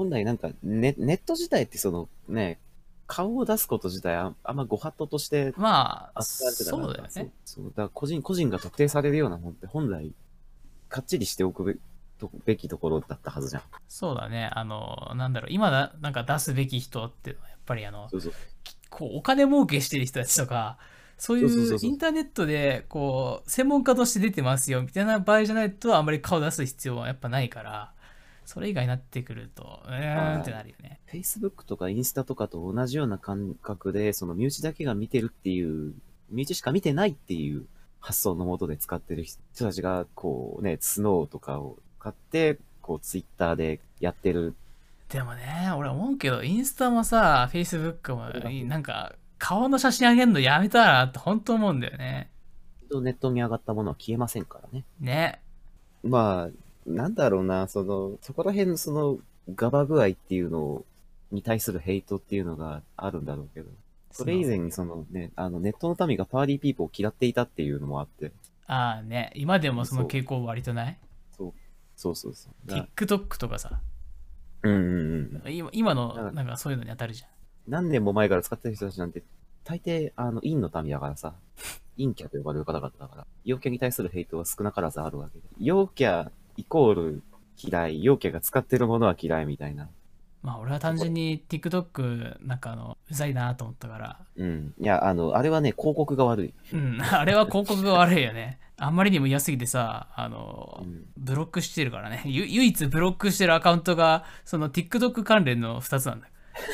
本来なんかネット自体ってそのね、顔を出すこと自体あんまご法度としてまあ、 扱われてたから、 そうだよね。 そう。だから個人が特定されるようなもんって本来、かっちりしておくべきところだったはずじゃん。 そうだね。なんだろう、今なんか出すべき人っていうのは、やっぱりそうそう。 こう、お金儲けしてる人たちとか、そうそうそうそうそう。 いうインターネットで、こう、専門家として出てますよ、みたいな場合じゃないと、あんまり顔出す必要はやっぱないから、それ以外になってくると、ってなるよね。 Facebook とかインスタとかと同じような感覚で、その身内だけが見てるっていう、身内しか見てないっていう発想のもとで使ってる人たちが、こうね、スノーとかを買って、こう Twitter でやってる。 でもね、俺思うけど、インスタもさ、Facebook も、なんか、顔の写真あげるのやめたらって本当思うんだよね。 ネットに上がったものは消えませんからね。 ね。 まあ、なんだろうな、そこら辺のその、ガバ具合っていうのに対するヘイトっていうのがあるんだろうけど、それ以前にそのね、ネットの民がパーリーピーポーを嫌っていたっていうのもあって。 ああね、今でもその傾向割とない？ そう。そうそうそう。 TikTok とかさ。 うんうんうん。 今の、なんかそういうのに当たるじゃん。 何年も前から使ってる人たちなんて、大抵、陰の民だからさ、陰キャと呼ばれる方々だから、陽キャに対するヘイトは少なからずあるわけで。陽キャイコール嫌い、陽キャが使ってるものは嫌いみたいな。 まあ俺は単純に TikTok なんかうざいなと思ったから。 うん。いや、あれはね、広告が悪い。 うん、あれは広告が悪いよね。あんまりにも嫌すぎてさ、ブロックしてるからね。唯一ブロックしてるアカウントが、その TikTok 関連の2つなんだ。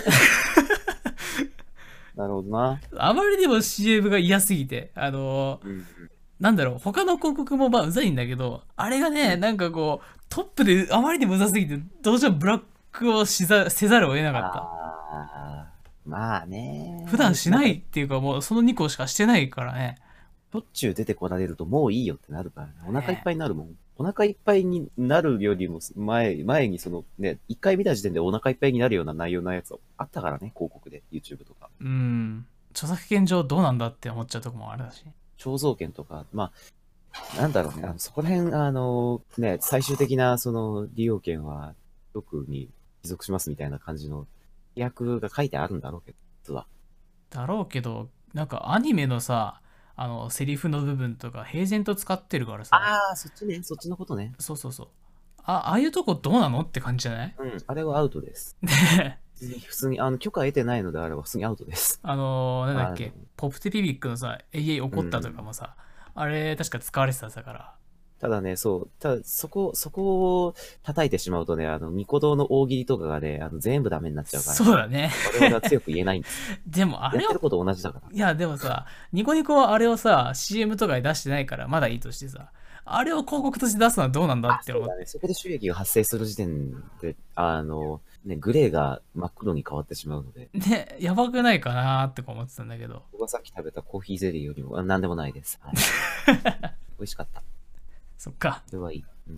なるほどな。 あまりにも CM が嫌すぎて、なんだろう、他の広告もまあうざいんだけど、あれがね、なんかこう、トップであまりにもうざすぎて、どうしてもブロックをせざるを得なかった。 まあね。 普段しないっていうか、もうその2個しかしてないからね。 しょっちゅう出てこられるともういいよってなるからね。お腹いっぱいになるもん。お腹いっぱいになるよりも前にそのね、一回見た時点でお腹いっぱいになるような内容のやつあったからね、広告で、YouTube とか。 著作権上どうなんだって思っちゃうとこもあるし。 肖像権とか、まあ、なんだろうね、そこら辺、ね、最終的なその利用権は、特に帰属しますみたいな感じの規約が書いてあるんだろうけど、実は。 だろうけど、なんかアニメのさ、セリフの部分とか平然と使ってるからさ。 ああ、そっちね、そっちのことね。 そうそうそう。ああいうとこどうなのって感じじゃない？ うん、あれはアウトです。普通に、許可得てないのであれば普通にアウトです。 なんだっけ、ポプテピピックのさ、怒ったとかもさ、あれ確か使われてたから。 ただね、そう、そこを叩いてしまうとね、ニコ動の大喜利とかがね、全部ダメになっちゃうから、 そうだね。 我々は強く言えないんです。 でもあれは。 やってること同じだから。 いや、でもさ、ニコニコはあれをさ、CM とかで出してないから、まだいいとしてさ、あれを広告として出すのはどうなんだって思って。 そうだね。そこで収益が発生する時点で、ね、グレーが真っ黒に変わってしまうので。 ね、やばくないかなーって思ってたんだけど。 僕がさっき食べたコーヒーゼリーよりも、なんでもないです。はい、美味しかった。 そっか。 それはいい。うん。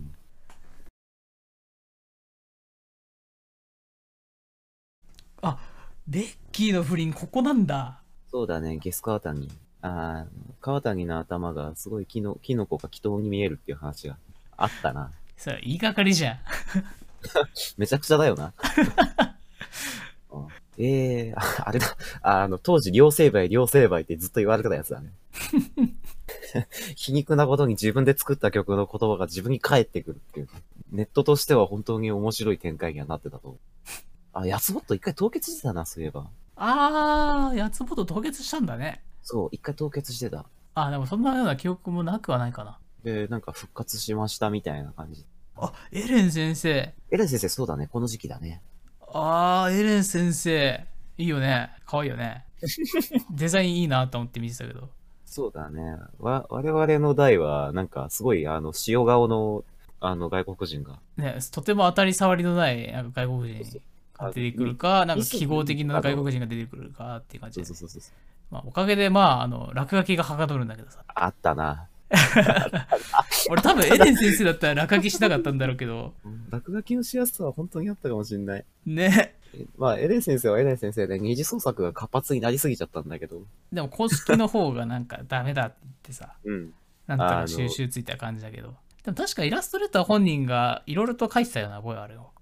あ、ベッキーの不倫ここなんだ。 そうだね、ゲス川谷。川谷の頭がすごいキノコが祈祷に見えるっていう話があったな。 それ言いがかりじゃん。 めちゃくちゃだよな。あれだ。当時、両成敗ってずっと言われてたやつだね。皮肉なことに自分で作った曲の言葉が自分に返ってくるっていう。ネットとしては本当に面白い展開にはなってたと思う。ヤツボット一回凍結してたな、そういえば。 ヤツボット凍結したんだね。 そう、一回凍結してた。 でもそんなような記憶もなくはないかな。 で、なんか復活しましたみたいな感じ。 エレン先生。 エレン先生、そうだね、この時期だね。 エレン先生。いいよね。可愛いよね。デザインいいなと思って見てたけど。 そうだね。我々の代は、なんか、すごい、塩顔の、外国人が。 ね、とても当たり障りのない、なんか外国人が出てくるか、なんか記号的な外国人が出てくるかっていう感じで。そう。まあ、おかげで、落書きがはかどるんだけどさ。 あったな。 俺多分エレン先生だったら落書きしなかったんだろうけど。 落書きのしやすさは本当にあったかもしれない。 ね。 まあ、エレン先生はエレン先生で二次創作が活発になりすぎちゃったんだけど。 でも公式の方がなんかダメだって言ってさ。なんとか収集ついた感じだけど。でも確かイラストレーター本人がいろいろと書いてたような覚えあるよ。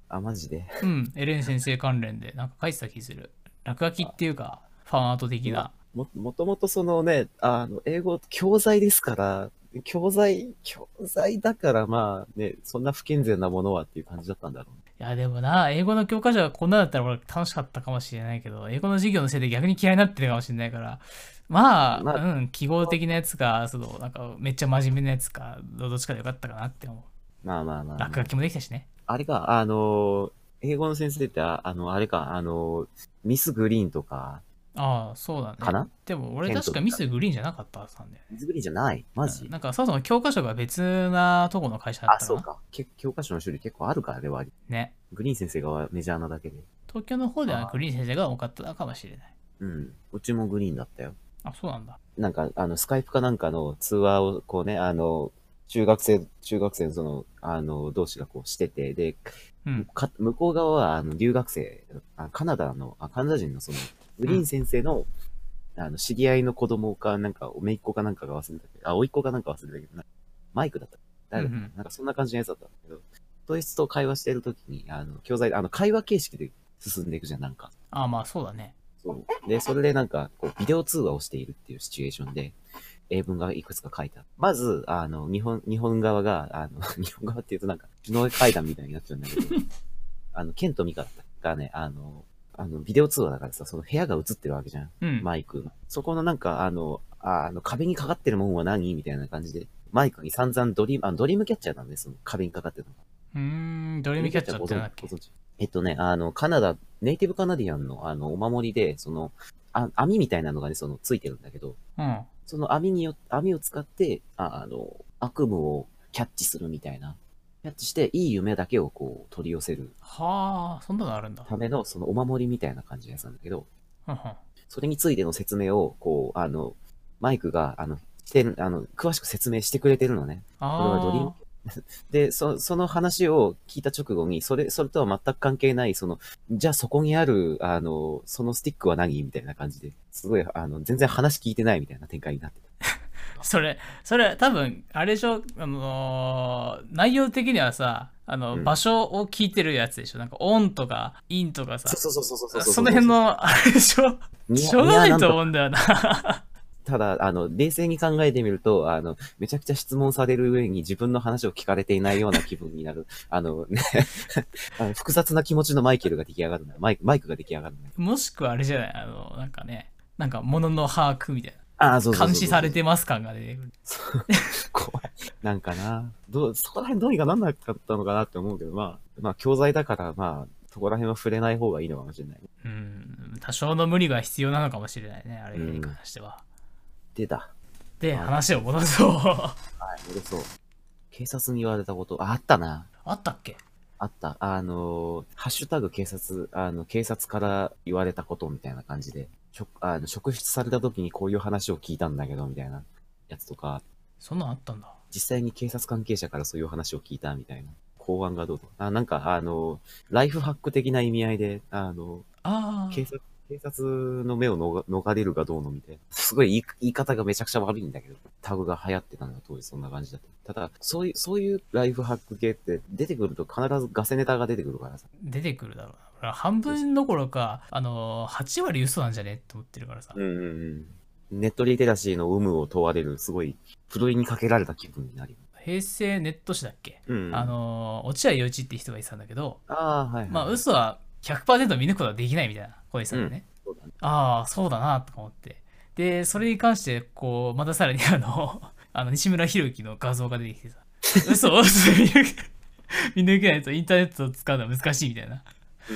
あ、マジで。 うん、エレン先生関連でなんか書いてた気する。落書きっていうか、ファンアート的な。 もともとそのね、英語、教材ですから、教材だからまあね、そんな不健全なものはっていう感じだったんだろうね。 いや、でもな、英語の教科書がこんなだったら俺楽しかったかもしれないけど、英語の授業のせいで逆に嫌いになってるかもしれないから、まあ、 まあ、 うん、記号的なやつか、なんかめっちゃ真面目なやつか、どっちかでよかったかなって思う。 まあまあまあまあ。 落書きもできたしね。 あれか、英語の先生って、あれか、ミスグリーンとか、 ああ、そうだね。 かなでも俺ケントとか。 確かミスグリーンじゃなかったはずなんだよね。 ミスグリーンじゃないマジ？ なんかそもそも教科書が別なとこの会社だっあ、 たかな。 そうか。教科書の種類結構あるからね、割。 ね。 グリーン先生がメジャーなだけで。 東京の方ではあグリーン先生が多かったのかもしれない。 うん。うちもグリーンだったよ。 あ、そうなんだ。 なんか、スカイプかなんかの通話を、こうね、中学生の同士がこうしてて、で、 うん。 向こう側は、留学生、カナダ人のその、グリーン先生の、知り合いの子供かなんか、姪っ子かなんかが忘れたけど、甥っ子かなんか忘れたけど、マイクだった。誰だったかな、 うんうん。 なんかそんな感じのやつだったんだけど、そいつと会話してるときに、教材で、会話形式で進んでいくじゃん、なんか。 ああ、まあそうだね。 そう。で、それでなんか、こう、ビデオ通話をしているっていうシチュエーションで、英文がいくつか書いてある。まず、日本側が、日本側って言うとなんか、首脳会談みたいになっちゃうんだけど、ケントミカがね、ビデオ通話だからさ、その部屋が映ってるわけじゃん。 うん。 マイクが。そこのなんか、壁にかかってるもんは何みたいな感じで、マイクに散々ドリームキャッチャーなんで、その壁にかかってるのが。 ドリームキャッチャーってなんだっけ？ ご存知ネイティブカナディアンのお守りで、網みたいなのがね、ついてるんだけど、 うん。 その網を使って、悪夢をキャッチするみたいな。キャッチして、いい夢だけをこう、取り寄せるはあ、そんなのあるんだ。 ための、そのお守りみたいな感じのやつなんだけど、 うんうん。 それについての説明を、こう、マイクが、してる、詳しく説明してくれてるのね。これはドリームあで、その話を聞いた直後に、それとは全く関係ない、じゃあそこにある、そのスティックは何みたいな感じで、すごい、全然話聞いてないみたいな展開になってた。 あ、それ多分、あれでしょ、内容的にはさ、 うん。 場所を聞いてるやつでしょ。なんか、オンとか、インとかさ、 そうそうそうそうそうそうそのそうそう。 辺の、あれでしょ。しょうがないと思うんだよな。 ただ、冷静に考えてみると、めちゃくちゃ質問される上に自分の話を聞かれていないような気分になる。ね、複雑な気持ちのマイケルが出来上がるんだ。マイクが出来上がるんだ。 もしくはあれじゃない、なんかね、なんか、物の把握みたいな。 ああ、そうそう監視さそうそうそう。 れてます感が出てくる。 怖い。なんかな、そこら辺どうにかなんなかったのかなって思うけど、まあ、教材だから、まあ、そこら辺は触れない方がいいのかもしれない。 うん、多少の無理が必要なのかもしれないね、あれに関うん。 しては。 出た。 で、 あ、 話を戻そう。 はい、戻そう。警察に言われたこと、あったな。 あったっけ？ あった。ハッシュタグ警察から言われたことみたいな感じで、職質された時にこういう話を聞いたんだけど、みたいなやつとか、 そんなんあったんだ。 実際に警察関係者からそういう話を聞いたみたいな。公安がどうと。なんか、ライフハック的な意味合いで、警あ察、警察の目を逃れるがどうのみたいな。すごい言い方がめちゃくちゃ悪いんだけど、タグが流行ってたのが当時そんな感じだった。ただ、そういうライフハック系って出てくると必ずガセネタが出てくるからさ。 出てくるだろうな。俺は半分どころか、8割嘘なんじゃねって思ってるからさ。 うんうんうん。ネットリテラシーの有無を問われる、すごい、ふるいにかけられた気分になる。 平成ネット誌だっけ？ うん。 落合陽一って人が言ってたんだけど、 ああ、はいはいまあはい。 嘘は100%見抜くことはできないみたいな声さうん。 んでね。 そうだね。 ああ、そうだなとか思って。で、それに関して、こう、またさらに西村博之の画像が出てきてさ、嘘を見抜けないとインターネットを使うのは難しいみたいな、 うん。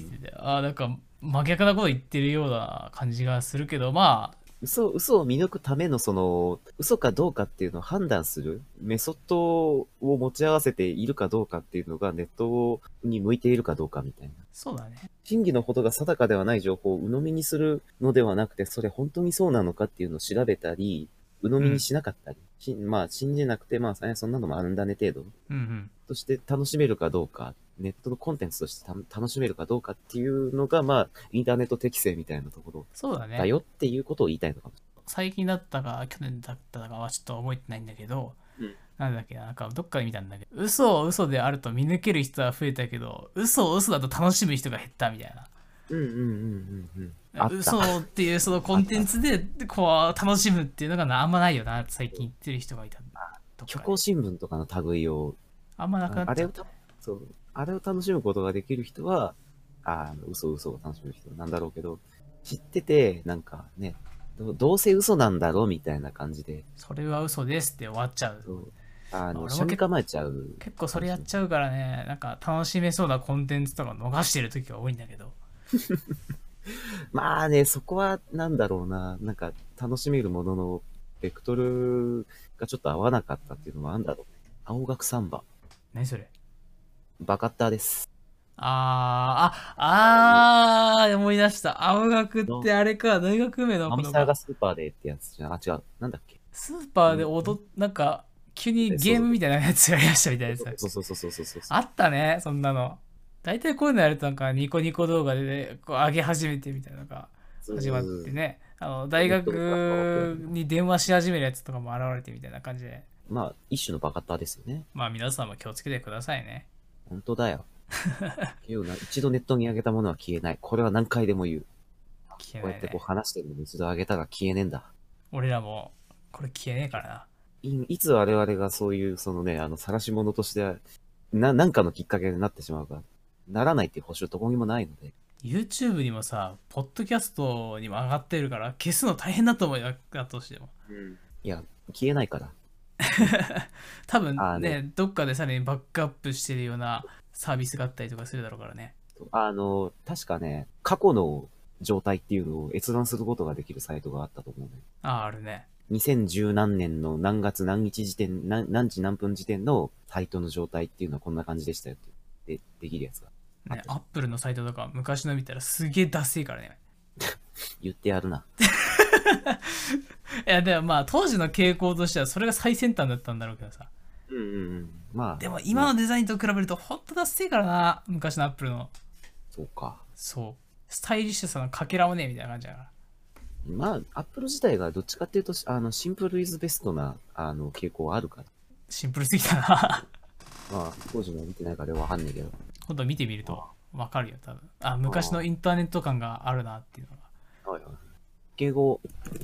出てきてて、ああ、なんか真逆なこと言ってるような感じがするけど、まあ、 嘘を見抜くための嘘かどうかっていうのを判断するメソッドを持ち合わせているかどうかっていうのがネットに向いているかどうかみたいな。 そうだね。 真偽のほどが定かではない情報を鵜呑みにするのではなくて、それ本当にそうなのかっていうのを調べたり、鵜呑うん。 みにしなかったり、まあ信じなくて、まあそんなのもあるんだね程度うんうん。 として楽しめるかどうか、ネットのコンテンツとして楽しめるかどうかっていうのが、まあ、インターネット適性みたいなところそうだね。 だよっていうことを言いたいのかもし最近だったか、去年だったかはちょっと覚えてないんだけど、 れない。 なんだっけな、なんかどっかで見たんだけど、嘘を嘘であると見抜ける人は増えたけど、嘘を嘘だと楽しむ人が減ったみたいな。 うんうんうんうんうん。あった。 嘘っていうそのコンテンツでこう楽しむっていうのがあんまないよな、最近言ってる人がいた。 虚構新聞とかの類を、 あんまなくなっちゃった、ね。 そう、あれを楽しむことができる人は、嘘を楽しむ人なんだろうけど、知ってて、なんかね、どうせ嘘なんだろうみたいな感じで。 それは嘘ですって終わっちゃう。 車に構えちゃう。 結構それやっちゃうからね、なんか楽しめそうなコンテンツとか逃してる時が多いんだけど。 まあね、そこはなんだろうな。なんか楽しめるものの、ベクトルがちょっと合わなかったっていうのもあるんだろうね。青学サンバ。 何それ？ バカッターです。 思い出した。青学ってあれか、大学名のマミサーがスーパーでってやつじゃん。違う。なんだっけ。 スーパーでなんか、急にゲームみたいなやつやりましたみたいなやつ。 そう。 あったね、そんなの。大体こういうのやるとなんかニコニコ動画で、ね、こう上げ始めてみたいなのが始まってね。大学に電話し始めるやつとかも現れてみたいな感じで。 まあ、一種のバカッターですよね。 まあ皆さんも気をつけてくださいね。 本当だよ。一度ネットに上げたものは消えない。これは何回でも言う。消えないね、こうやってこう話してるのに一度上げたら消えねえんだ。 俺らも、これ消えねえからな。 いつ我々がそういう、そのね、晒し者として、なんかのきっかけになってしまうか、ならないっていう保証どこにもないので。 YouTube にもさ、ポッドキャストにも上がってるから、消すの大変だと思うよ、だとしても。 いや、消えないから。 多分ね、どっかでさらにバックアップしてるようなサービスがあったりとかするだろうからね。 確かね、過去の状態っていうのを閲覧することができるサイトがあったと思うね。 あるね。 2010何年の何月何日時点、何時何分時点のサイトの状態っていうのはこんな感じでしたよってできるやつが。 ね、アップルのサイトとか昔の見たらすげえダセいからね。 言ってやるな。 いや、でもまあ当時の傾向としてはそれが最先端だったんだろうけどさ。 まあ。 でも今のデザインと比べるとほんとダセいからな、昔のアップルの。 そうか。 そう。スタイリッシュさのかけらもねえみたいな感じだから。 まあ、アップル自体がどっちかっていうと、シンプルイズベストな、傾向あるから。 シンプルすぎたな。 まあ、当時の見てないからわかんないけど。 今度見てみるとわかるよ、多分。昔のインターネット感があるなっていうのが。 はいはい。敬語。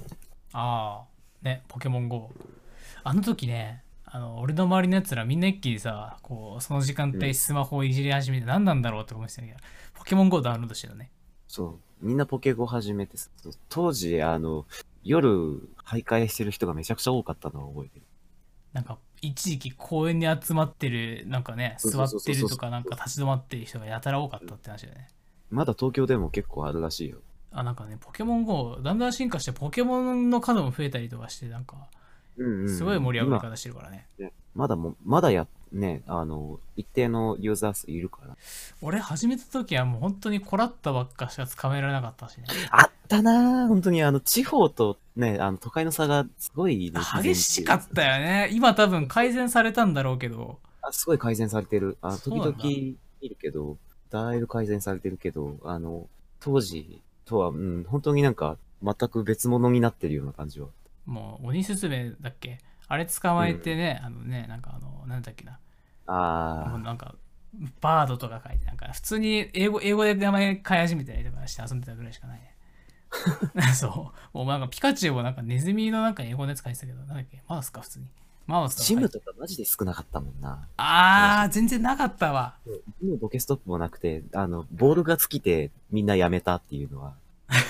ね、ポケモン GO。あの時ね、俺の周りのやつらみんな一気にさ、こう、その時間帯スマホをいじり始めて何なんだろうって思ってたけど、ポケモン GO ダウンロードしてるね。 そう。みんなポケゴ始めてさ、当時、夜、徘徊してる人がめちゃくちゃ多かったのを覚えてる。 なんか、一時期公園に集まってる、なんかね、座ってるとかなんか立ち止まってる人がやたら多かったって話だよね。 まだ東京でも結構あるらしいよ。 なんかね、ポケモン GO、だんだん進化してポケモンの数も増えたりとかして、なんか、すごい盛り上がり方してるからね。 まだね、一定のユーザー数いるから。 俺始めた時はもう本当にコラッタばっかしか捕まえられなかったしね。 あったなぁ。本当に地方とね、都会の差がすごい、 激しかったよね。今多分改善されたんだろうけど。 すごい改善されてる。時々いるけど、だいぶ改善されてるけど、当時とは、本当になんか、全く別物になってるような感じは。 もう、鬼スズメだっけあれ捕まえてね、なんかなんだっけな。もうなんか、バードとか書いて、なんか、普通に英語で名前変え始めたりとかして遊んでたぐらいしかないね。そう。もうなんか、ピカチュウもなんかネズミのなんか英語のやつ書いてたけど、なんだっけマウスか、普通に。マウスとか。 ジムとかマジで少なかったもんな。 全然なかったわ。 もうボケストップもなくて、ボールが尽きてみんなやめたっていうのは。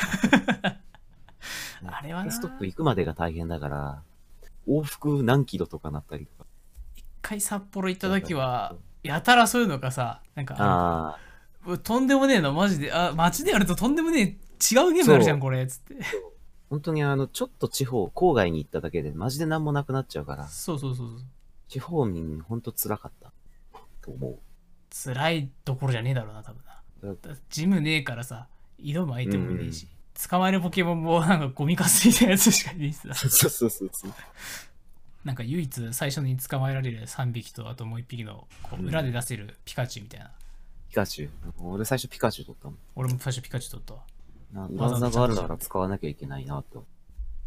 あれはな。 ボケストップ行くまでが大変だから、往復何キロとかなったりとか。 一回札幌行った時は、やたらそういうのがさ、なんかとんでもねえの、マジで。街でやるととんでもねえ、違うゲームあるじゃん、これ、つって。 本当にちょっと郊外に行っただけで、マジで何もなくなっちゃうから。 そう。 地方民、本当辛かった。と思う。 辛いところじゃねえだろうな、多分な。ジムねえからさ、挑む相手もいねえし。捕まえるポケモンもなんかゴミかすみたいなやつしかいないしさ。 そう。 なんか唯一最初に捕まえられる3匹とあともう1匹のこう裏で出せるピカチュウみたいな。 ピカチュウ。俺最初ピカチュウ取ったもん。 俺も最初ピカチュウ取ったわ。 技があるなら使わなきゃいけないなと。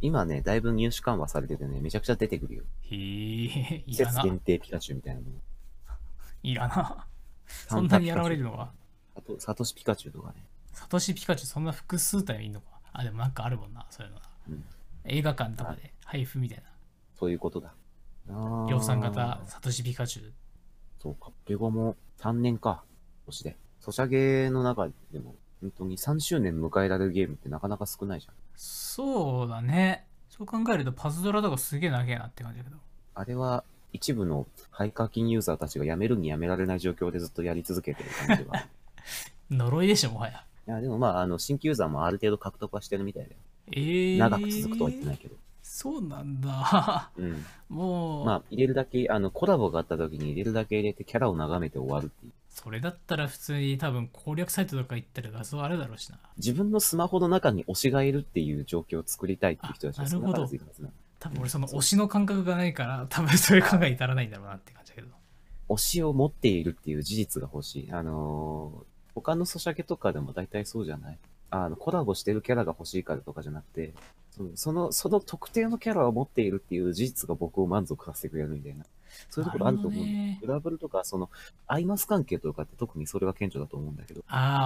今ね、だいぶ入手緩和されててね、めちゃくちゃ出てくるよ。 へえ、 季節限定ピカチュウみたいなもの。 いらな。そんなに現れるのか。 サトシピカチュウとかね。 サトシピカチュウそんな複数体いいのか。あ、でもなんかあるもんな、そういうのな。うん、映画館とかで配布みたいな。 そういうことだ。 量産型サトシピカチュウ。 そうか。ペゴも3年か。年で。ソシャゲの中でも、本当に3周年迎えられるゲームってなかなか少ないじゃん。 そうだね。そう考えるとパズドラとかすげえ長えなって感じだけど。 あれは一部のハイ課金ユーザーたちがやめるにやめられない状況でずっとやり続けてる感じは。 呪いでしょ、もはや。 いや、でもまあ、新規ユーザーもある程度獲得はしてるみたいで。長く続くとは言ってないけど。 そうなんだ。 うん。 もう。 まあ、入れるだけ、コラボがあった時に入れるだけ入れてキャラを眺めて終わるっていう。 それだったら普通に多分攻略サイトとか行ったら画像あるだろうしな。 自分のスマホの中に推しがいるっていう状況を作りたいっていう人たちが少なからずいるはずなの。 多分俺その推しの感覚がないから、多分そういう考え至らないんだろうなって感じだけど。 推しを持っているっていう事実が欲しい。他のソシャゲとかでも大体そうじゃない？コラボしてるキャラが欲しいからとかじゃなくて、その特定のキャラを持っているっていう事実が僕を満足させてくれるみたいな。そういうところあると思うんだよ。グラブルとか、アイマス関係とかって特にそれが顕著だと思うんだけど。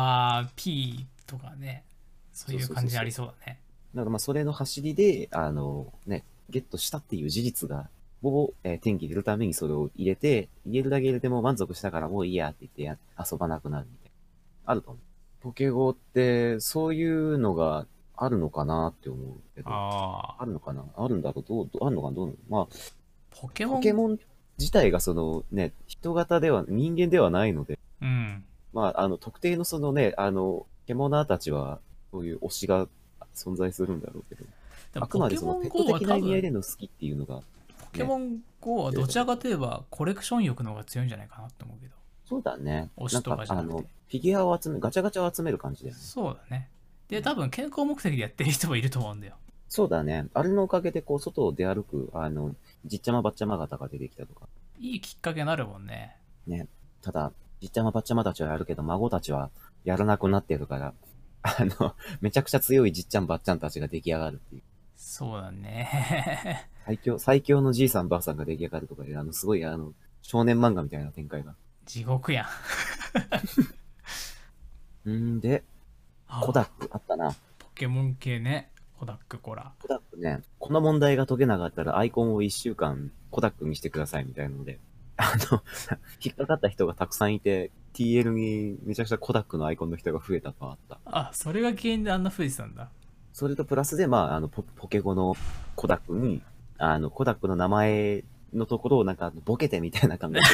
P とかね。そういう感じありそうだね。 だからまあ、それの走りで、ゲットしたっていう事実を転記入れるためにそれを入れるだけ入れても満足したからもういいやって言って遊ばなくなるみたいな。あると思う。ポケゴって、そういうのがあるのかなって思うけど。あるのかなあるんだろうあるのかなどうなのまあ、ポケモン自体が人型では、人間ではないので。 うん。 まあ、特定の獣たちは、そういう推しが存在するんだろうけど。あくまでそのペット的な意味合いでの好きっていうのが、 ポケモン GO はどちらかといえばコレクション欲の方が強いんじゃないかなって思うけど。 そうだね。 推しとかじゃなくて。 フィギュアをガチャガチャを集める感じだよね。 そうだね。で、多分健康目的でやってる人もいると思うんだよ。 そうだね。あれのおかげで外を出歩く、じっちゃまばっちゃま型が出てきたとか。 いいきっかけになるもんね。 ね。ただ、じっちゃまばっちゃまたちはやるけど、孫たちはやらなくなってるから、めちゃくちゃ強いじっちゃんばっちゃんたちが出来上がるっていう。 そうだね。 最強のじいさんばあさんが出来上がるとかで、すごい少年漫画みたいな展開が。 地獄やん。で、コダックあったな。 ポケモン系ね。コダックコラ。 コダックね、この問題が解けなかったらアイコンを1週間コダックにしてくださいみたいなので、引っかかった人がたくさんいて、TL にめちゃくちゃコダックのアイコンの人が増えたとあった。 あ、それが原因であんな増えてたんだ。 それとプラスで、まあ、ポケゴのコダックに、コダックの名前のところをボケてみたいな感じで。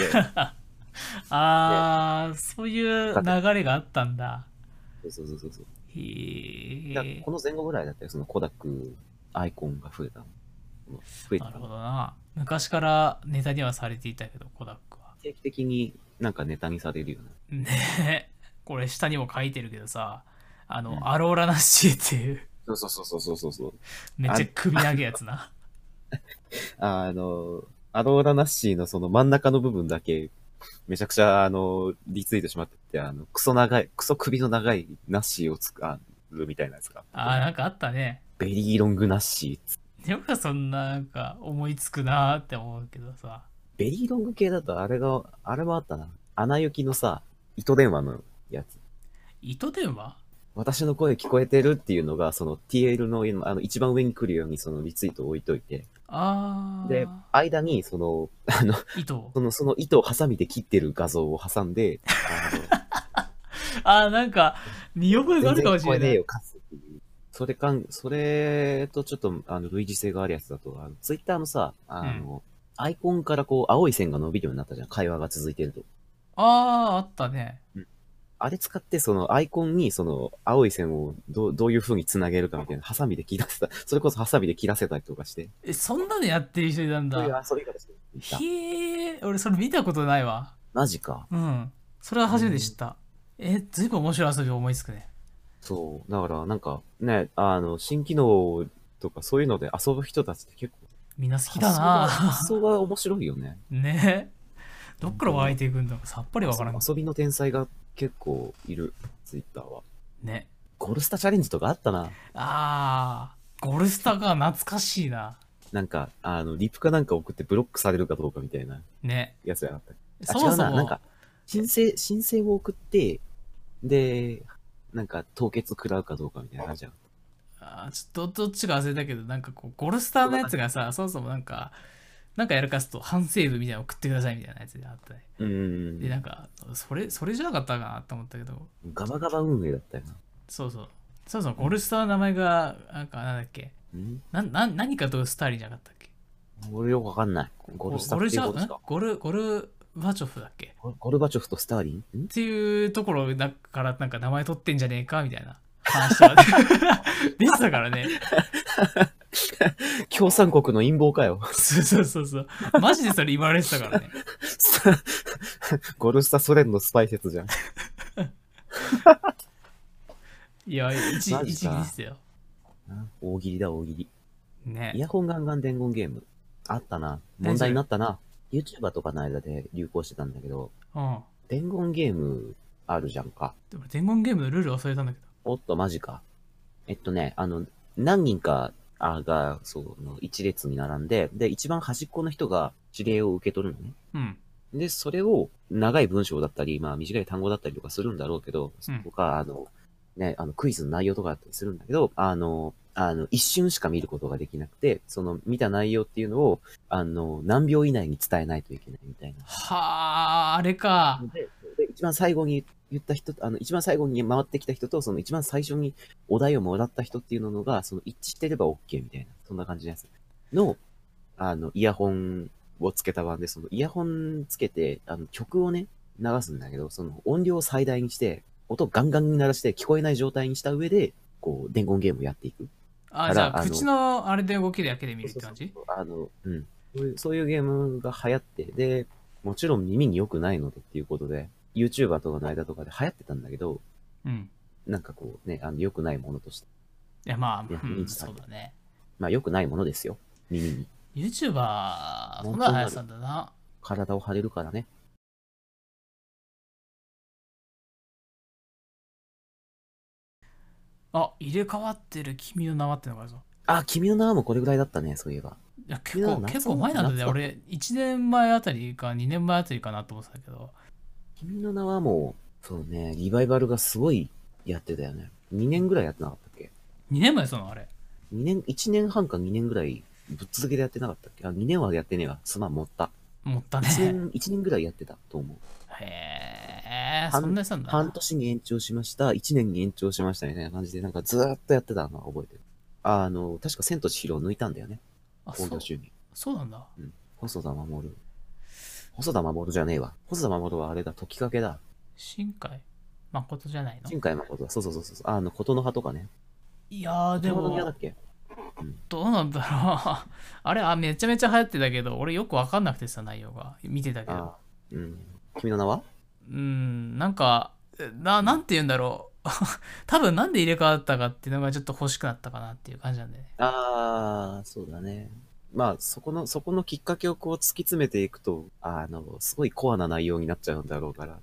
そういう流れがあったんだ。 そう。 へえ。 この前後ぐらいだったよ、そのコダックアイコンが増えたの。 なるほどな。昔からネタにはされていたけど、コダックは。 定期的にネタにされるよね。 ねえ。これ下にも書いてるけどさ、アローラナッシーっていう。 そう。 めっちゃ首長いやつな。 アローラナッシーのその真ん中の部分だけ、めちゃくちゃリツイートしまってて、クソ首の長いナッシーを作るみたいなやつが。 なんかあったね。 ベリーロングナッシー。よくそんな思いつくなーって思うけどさ。 ベリーロング系だとあれもあったな。アナ雪のさ、糸電話のやつ。 糸電話？ 私の声聞こえてるっていうのが、その TL の一番上に来るようにそのリツイートを置いといて。で、間にその糸をハサミで切ってる画像を挟んで、 なんか、見覚えがあるかもしれない。全然聞こえねえよ、 カスっていう。それとちょっと類似性があるやつだと、ツイッターのさ、アイコンから青い線が伸びるようになったじゃん。会話が続いてると。 あったね。 あれ使って、そのアイコンにその青い線をどういう風に繋げるかみたいな、ハサミで切らせた、それこそハサミで切らせたりとかして。 そんなのやってる人いたんだ。 そういう言い方してる。 へえ、俺それ見たことないわ。 マジか。 うん。それは初めて知った。ずいぶん面白い遊び思いつくね。 そう。だからね、新機能とかそういうので遊ぶ人たちって結構。 みんな好きだな。 発想が面白いよね。 ね。どっから湧いていくんだかさっぱりわからん。 遊びの天才が結構いる、ツイッターは。 ね。 ゴールスタチャレンジとかあったな。 ゴルスタが懐かしいな。 なんか、リプかなんか送ってブロックされるかどうかみたいなね。 やつじゃなかった。あ、 そもそ違うな。なんも、 か、申請を送って、で、なんか凍結食らうかどうかみたいな感じじゃん。 ちょっとどっちか忘れたけど、なんかこう、ゴルスターのやつがさ、そもそもなんかやらかすと反省文みたいなの送ってくださいみたいなやつであったね。で、なんか、それじゃなかったかなと思ったけど、 ガバガバ運営だったよな。 そうそう。そうそう、ゴルスターの名前が、なんだっけ。 ん何かとスターリンじゃなかったっけ。 俺よくわかんない。ゴルスタっていうことですか？ ゴルバチョフだっけ。 ゴルバチョフとスターリンっていうところだからなんか名前取ってんじゃねえかみたいな話とかでしたからね。 共産国の陰謀かよ。 そう。マジでそれ言われてたからね。 ゴルスタソ連のスパイ説じゃん。 いや、一マ撃ジかですよ。 大喜利だ、大喜利。 ね。 イヤホンガンガン伝言ゲーム。あったな。問題になったな。YouTuber とかの間で流行してたんだけど、 うん。 伝言ゲームあるじゃんか。 でも伝言ゲームのルール忘れたんだけど。 おっと、マジか。何人かが、一列に並んで、で、一番端っこの人が指令を受け取るのね。 うん。 で、それを長い文章だったり、まあ短い単語だったりとかするんだろうけど、そこか、クイズの内容とかだったりするんだけど、一瞬しか見ることができなくて、その見た内容っていうのを、何秒以内に伝えないといけないみたいな。 はあ、あれか。 で、一番最後に言った人、一番最後に回ってきた人と、その一番最初にお題をもらった人っていうのが、その一致してれば OK みたいな、そんな感じのやつの、イヤホンをつけた版で、そのイヤホンつけて、曲をね、流すんだけど、その音量を最大にして、音をガンガンに鳴らして聞こえない状態にした上で、こう、伝言ゲームをやっていく。 じゃあ、口のあれで動きだけで見るって感じ？ そういうゲームが流行って、で、もちろん耳に良くないのでっていうことで、YouTuber とかの間とかで流行ってたんだけど、 うん。 なんかこうね、良くないものとして。 いや、まあ、 認知されてそうだね。 まあ良くないものですよ。耳に。 YouTuber、そんな流行ってたんだな。 体を張れるからね。 入れ替わってる君の名はってのがあるぞ。 君の名はもうこれぐらいだったね、そういえば。 いや、結構前なんだね。俺、1年前あたりか2年前あたりかなと思ってたけど。 君の名はもう、そうね、リバイバルがすごいやってたよね。2年ぐらいやってなかったっけ？ 2年前そのあれ。 2年、1年半か2年ぐらいぶっ続けでやってなかったっけ？2年はやってねえわ。すまん、持った。 持ったね。 1年ぐらいやってたと思う。 へえ、そんなやつなんだ。 半年に延長しました、1年に延長しましたみたいな感じで、なんかずーっとやってたのは覚えてる。確か千と千尋を抜いたんだよね。興行収入。 そうなんだ。 うん。細田守。細田守じゃねえわ。細田守はあれだ、時かけだ。 新海誠じゃないの？ 新海誠だ。そう。琴の葉とかね。 いやー、でも、 だっけ？ どうなんだろう。あれ、めちゃめちゃ流行ってたけど、俺よくわかんなくてさ、内容が。見てたけど。 君の名は？ なんか、なんて言うんだろう。多分なんで入れ替わったかっていうのがちょっと欲しくなったかなっていう感じなんでね。 そうだね。まあ、そこのきっかけをこう突き詰めていくと、すごいコアな内容になっちゃうんだろうから、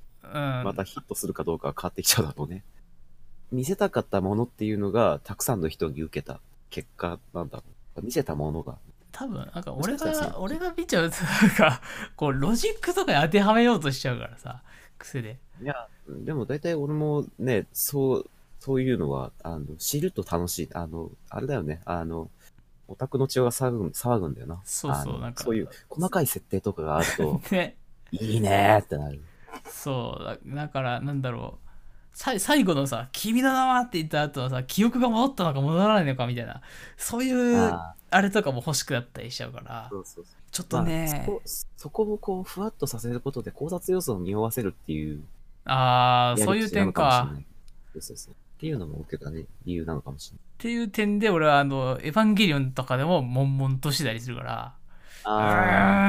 またヒットするかどうかは変わってきちゃうだろうね。見せたかったものっていうのが、たくさんの人に受けた結果なんだろう。見せたものが。 多分、なんか俺が見ちゃうと、なんか、こう、ロジックとかに当てはめようとしちゃうからさ、癖で。 いや、でも大体俺もね、そういうのは、知ると楽しい。あれだよね。オタクの血が騒ぐんだよな。 そう、なんか。 そういう細かい設定とかがあると、 ね。 いいねーってなる。 そう、だから、なんだろう。最後のさ、君の名はって言った後はさ、記憶が戻ったのか戻らないのかみたいな、そういう、あれとかも欲しくなったりしちゃうから、ちょっとね、 そこをこう、ふわっとさせることで考察要素を匂わせるっていう。 そういう点か。 そう。っていうのも受けたね、理由なのかもしれない。 っていう点で、俺はエヴァンゲリオンとかでも悶々としたりするから、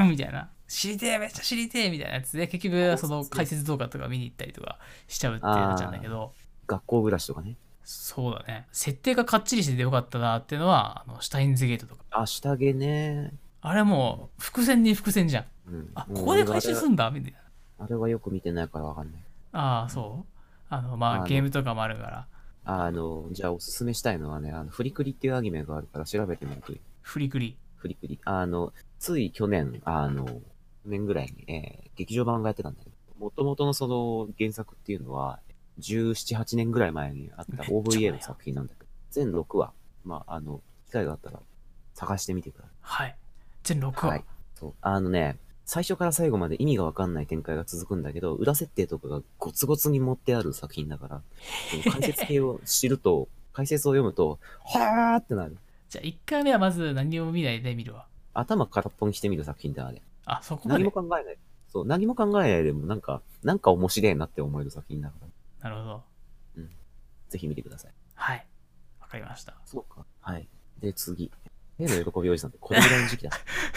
みたいな。知りてえ、めっちゃ知りてえみたいなやつで、結局、その解説動画とか見に行ったりとかしちゃうってなっちゃうんだけど。 学校暮らしとかね。 そうだね。設定がかっちりしててよかったなっていうのは、シュタインズゲートとか。 下着ね。 あれもう、伏線に伏線じゃん。ここで回収すんだみたいな。 あれはよく見てないからわかんない。 そう。ゲームとかもあるから。 じゃあおすすめしたいのはね、フリクリっていうアニメがあるから調べてみるといい。 フリクリ。 フリクリ。つい去年、去年ぐらいに、劇場版がやってたんだけど、もともとのその原作っていうのは、17、8年ぐらい前にあった OVA の作品なんだけど、全6話、まあ、機会があったら探してみてください。 はい。全6話。 はい。そう。最初から最後まで意味がわかんない展開が続くんだけど、裏設定とかがゴツゴツに持ってある作品だから、解説系を知ると、解説を読むと、はーってなる。 じゃあ1回目はまず何も見ないで見るわ。 頭空っぽにしてみる作品だ、あれ。 あ、そこまで。 何も考えない。そう、何も考えないでもなんか面白いなって思える作品だから。 なるほど。 うん。ぜひ見てください。 はい。わかりました。 そうか。はい。で、次。例の喜びおじさんってこれぐらいの時期だ。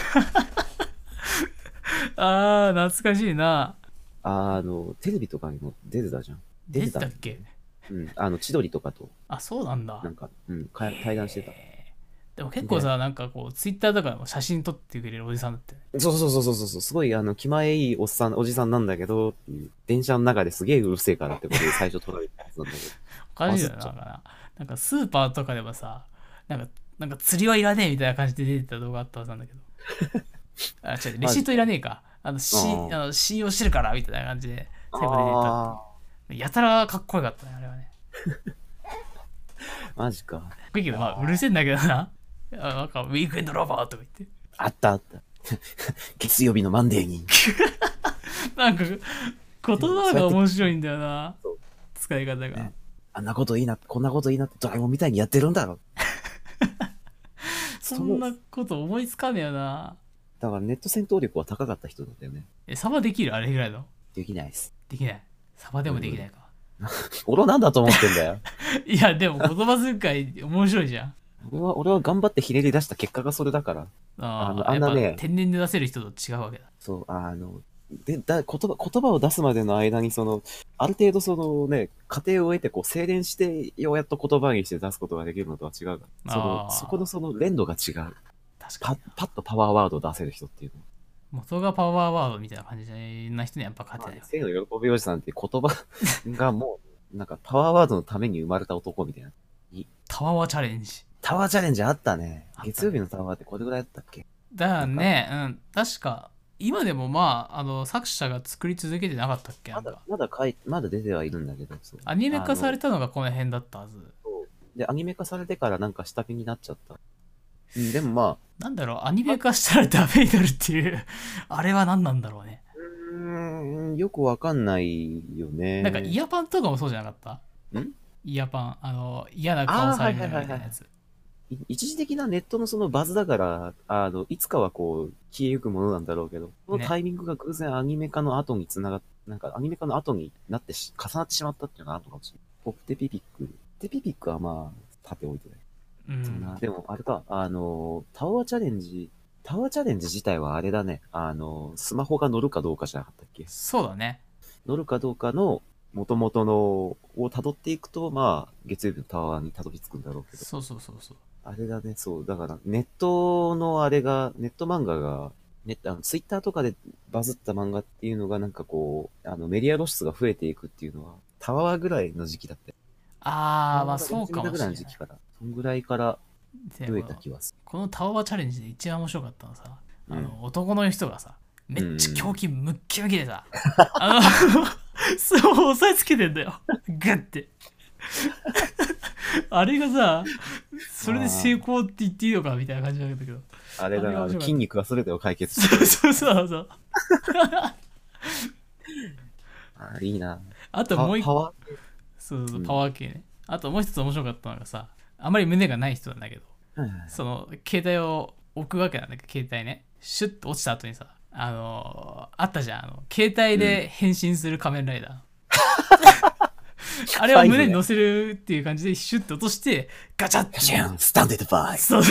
あー、懐かしいな。 テレビとかにも出てたじゃん。 出てたっけ？ うん。千鳥とかと、 あ、そうなんだ。 なんか、対談してた。 でも結構さ、なんかこう、ツイッターとかでも写真撮ってくれるおじさんだったよね。 そう。すごい、気前いいおじさんなんだけど、っていう電車の中ですげえうるせえからってことで最初撮られたやつなんだけど。 おかしいよな。なんかスーパーとかでもさ、なんか釣りはいらねえみたいな感じで出てた動画あったはずなんだけど。あ、違う、レシートいらねえか。信用してるからみたいな感じで最後出てたっていう。やたらかっこよかったね、あれはね。 マジか。 けど、まあ、うるせえんだけどな。なんか、ウィークエンドラバーとか言って。 あった。月曜日のマンデーに。 なんか、言葉が面白いんだよな。使い方が、 ね。あんなこといいな、こんなこといいなってドラえもんみたいにやってるんだろ。 そんなこと思いつかねえよな。 だからネット戦闘力は高かった人なんだよね。 サバできるあれぐらいの？ できないです。 できない。サバでもできないか。 俺はなんだと思ってんだよ。 いや、でも言葉遣い面白いじゃん。 俺は頑張ってひねり出した結果がそれだから。 あんなね。天然で出せる人と違うわけだ。 そう、言葉を出すまでの間に、ある程度過程を得て、精錬して、ようやっと言葉にして出すことができるのとは違うから。そこの連度が違う。 確かに。 パッとパワーワードを出せる人っていうの。 元がパワーワードみたいな感じな人にやっぱ勝てない。 生の喜びおじさんって言葉がもう、なんかパワーワードのために生まれた男みたいな。 タワーチャレンジ。 タワーチャレンジあったね。月曜日のタワーってこれぐらいだったっけ？ だよね、確か、今でもまあ、作者が作り続けてなかったっけ？ まだ出てはいるんだけど。 アニメ化されたのがこの辺だったはず。 で、アニメ化されてからなんか下火になっちゃった。でもまあ。 なんだろう、アニメ化したらダメになるっていう、あれは何なんだろうね。 よくわかんないよね。 なんかイヤパンとかもそうじゃなかった？イヤパン、嫌な顔されるみたいなやつ。 一時的なネットのそのバズだから、いつかは消えゆくものなんだろうけど、そのタイミングが偶然アニメ化の後になんかアニメ化の後になって重なってしまったっていうのがあるのかもしれない。ポップテピピック。テピピックはまあ、立ておいてない。でも、あれか、タワーチャレンジ自体はあれだね。スマホが乗るかどうかじゃなかったっけ？ そうだね。 乗るかどうかの、元々のを辿っていくと、まあ、月曜日のタワーに辿り着くんだろうけど。 そう。 あれだね、そう。だから、ネット漫画が、ツイッターとかでバズった漫画っていうのが、なんかメディア露出が増えていくっていうのは、タワーぐらいの時期だったよ。 まあそうかもしれない。 ぐらいの時期から、そんぐらいから増えた気はする。 このタワーチャレンジで一番面白かったのはさ、男の人がさ、めっちゃ胸筋ムッキムキでさ、スマホ押さえつけてんだよ。グッて。あれがさ、それで成功って言っていいのかみたいな感じなんだけど。 あれだな、筋肉は全てを解決する。 そう。 いいな。 あともう一個。 そう、 パワー系ね。あともう一つ面白かったのがさ、あまり胸がない人なんだけど、携帯を置くわけなんだけど、携帯ね。シュッと落ちた後にさ、あったじゃん。携帯で変身する仮面ライダー。あれを胸に乗せるっていう感じでシュッと落としてガチャッてスタンデッドバイそう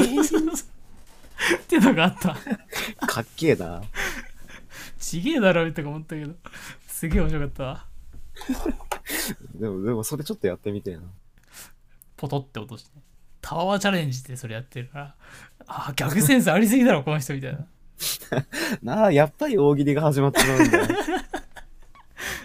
っていうのがあったかっけえなちげえだろとか思ったけどすげえ面白かったわでもそれちょっとやってみてえなポトって落としてタワーチャレンジってそれやってるからギャグセンスありすぎだろこの人みたいななあやっぱり大喜利が始まってるんだよ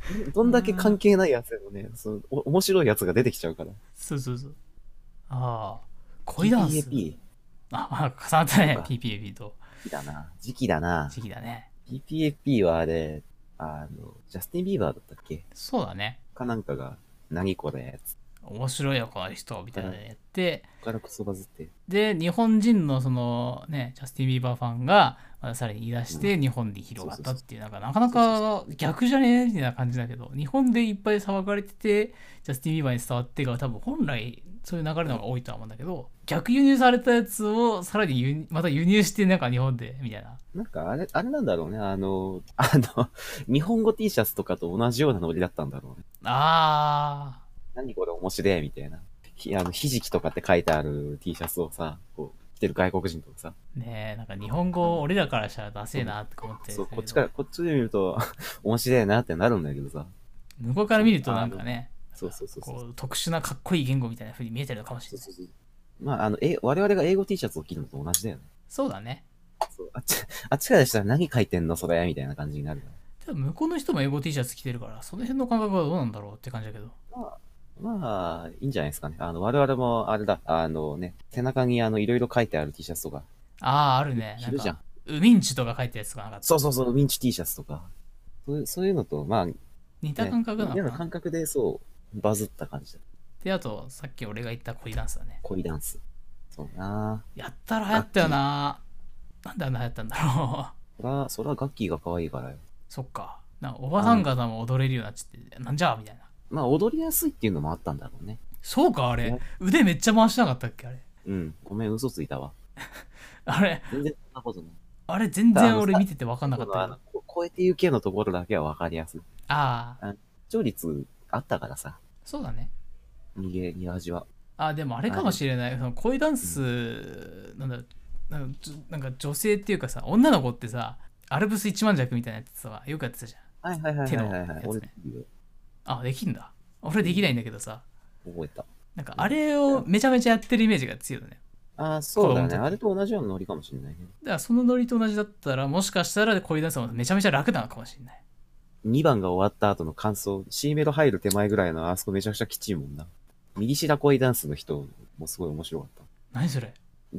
どんだけ関係ないやつでもね、面白いやつが出てきちゃうから。 そうそうそう。ああ、恋ダンス。 PPAP。 あ、重なったね、 そうか。 PPAP と。 時期だな。時期だな。 時期だね。 PPAP はあれ、ジャスティン・ビーバーだったっけそうだね。 かなんかが、何これやつ。 面白いよ、この人、みたいなのやって、 ここからクソバズって。 で、日本人のそのね、ジャスティン・ビーバーファンが、まあ、さらに言い出して、日本で広がったっていう、なんかなかなか逆じゃねえみたいな感じだけど、日本でいっぱい騒がれてて、ジャスティン・ビーバーに伝わってが、多分本来そういう流れの方が多いとは思うんだけど、逆輸入されたやつをさらにまた輸入して、なんか日本で、みたいな。 なんかあれなんだろうね。日本語 T シャツとかと同じようなノリだったんだろうね。 あ何これ面白いみたいな。ひじきとかって書いてある T シャツをさ、こう、着てる外国人とかさ。 ー。ねえ、なんか日本語、俺らからしたらダセえなって思ってるそう、 けど、 こっちで見ると面白いなってなるんだけどさ。 向こうから見るとなんかね、 そうそうそうそう。 こう特殊なかっこいい言語みたいな風に見えてるのかもしれない。 そうそうそう。まあ、我々が英語 T シャツを着るのと同じだよね。 そうだね。 そう、あっちからしたら何書いてんのそれみたいな感じになるよね。 でも向こうの人も英語 T シャツ着てるから、その辺の感覚はどうなんだろうって感じだけど。 まあ、いいんじゃないですかね。我々も、あれだ、背中にいろいろ書いてある T シャツとか。 ああ、あるね。なん着るじゃん。 か、ウミンチとか書いたやつとかなかった。 そうそうそう、ウィンチ T シャツとか。そういうのと、まあ、ね、 似た感覚なの嫌なかな。 感覚で、そう、バズった感じだ。 で、あと、さっき俺が言った恋ダンスだね。 恋ダンス。そうなやったら流行ったよな。なんであんな流行ったんだろう。 そらガッキーが可愛いからよ。 そっか。なんかおばさん方も踊れるようになっちゃって、なんじゃみたいな。 まあ、踊りやすいっていうのもあったんだろうね。 そうか、あれ。腕めっちゃ回しなかったっけ、あれ。 うん。ごめん、嘘ついたわ。 あれ、 全然そんなことない。 あれ全然俺見てて分かんなかったけど。 超えてゆけのところだけは分かりやすい。 ああ。 視聴率あったからさ。 そうだね。 逃げ味は。 あ、でもあれかもしれない。その恋ダンス、なんだ、なんか女性っていうかさ、女の子ってさ、アルプス一万弱みたいなやつさ、よくやってたじゃん。 はいはいはい手のはいはい。俺やつね。あ、できんだ。俺できないんだけどさ、 覚えた。 なんかあれをめちゃめちゃやってるイメージが強いよね。 ああ、そうだね。 子供の時あれと同じようなノリかもしれないね。 だからそのノリと同じだったら、もしかしたら恋ダンスもめちゃめちゃ楽なのかもしれない。 2番が終わった後の感想、C メロ入る手前ぐらいのあそこめちゃくちゃきちいもんな。右白恋ダンスの人もすごい面白かった。 何それ。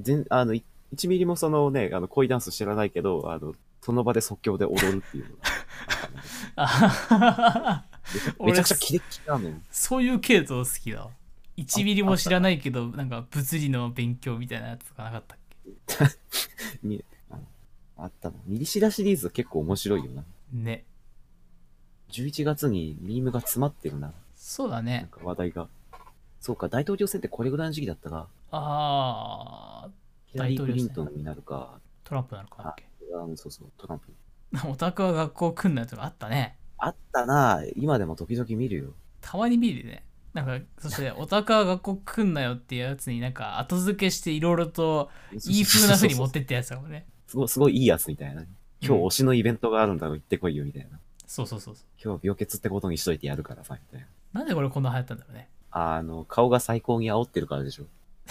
1ミリもそのね、恋ダンス知らないけど、その場で即興で踊るっていうのがあったあめちゃくちゃキレッキレなのよ。 そういう系統好きだわ。1ミリも知らないけど、なんか物理の勉強みたいなやつとかなかったっけ。 みあったの。ミリシラシリーズ結構面白いよな。 ね。 11月にミームが詰まってるな。 そうだなんね。 か話題が。そうか、大統領選ってこれぐらいの時期だったか。 ああ、 ヒラリー・クリントンになるか。 トランプなのかだっけ。 そうそう、トランプ。 オタクは学校来んなやつがあったね。 あったな今でも時々見るよ。 たまに見るね。なんか、そして、オタクは学校来んなよっていうやつになんか後付けしていろいろといい風な風に持ってってやつだもんね。 すごいいいやつみたいな。今日推しのイベントがあるんだろ、行ってこいよみたいな。 そうそうそう。 今日病欠ってことにしといてやるからさ、みたいな。 なんでこれこんな流行ったんだろうね。 顔が最高に煽ってるからでしょ。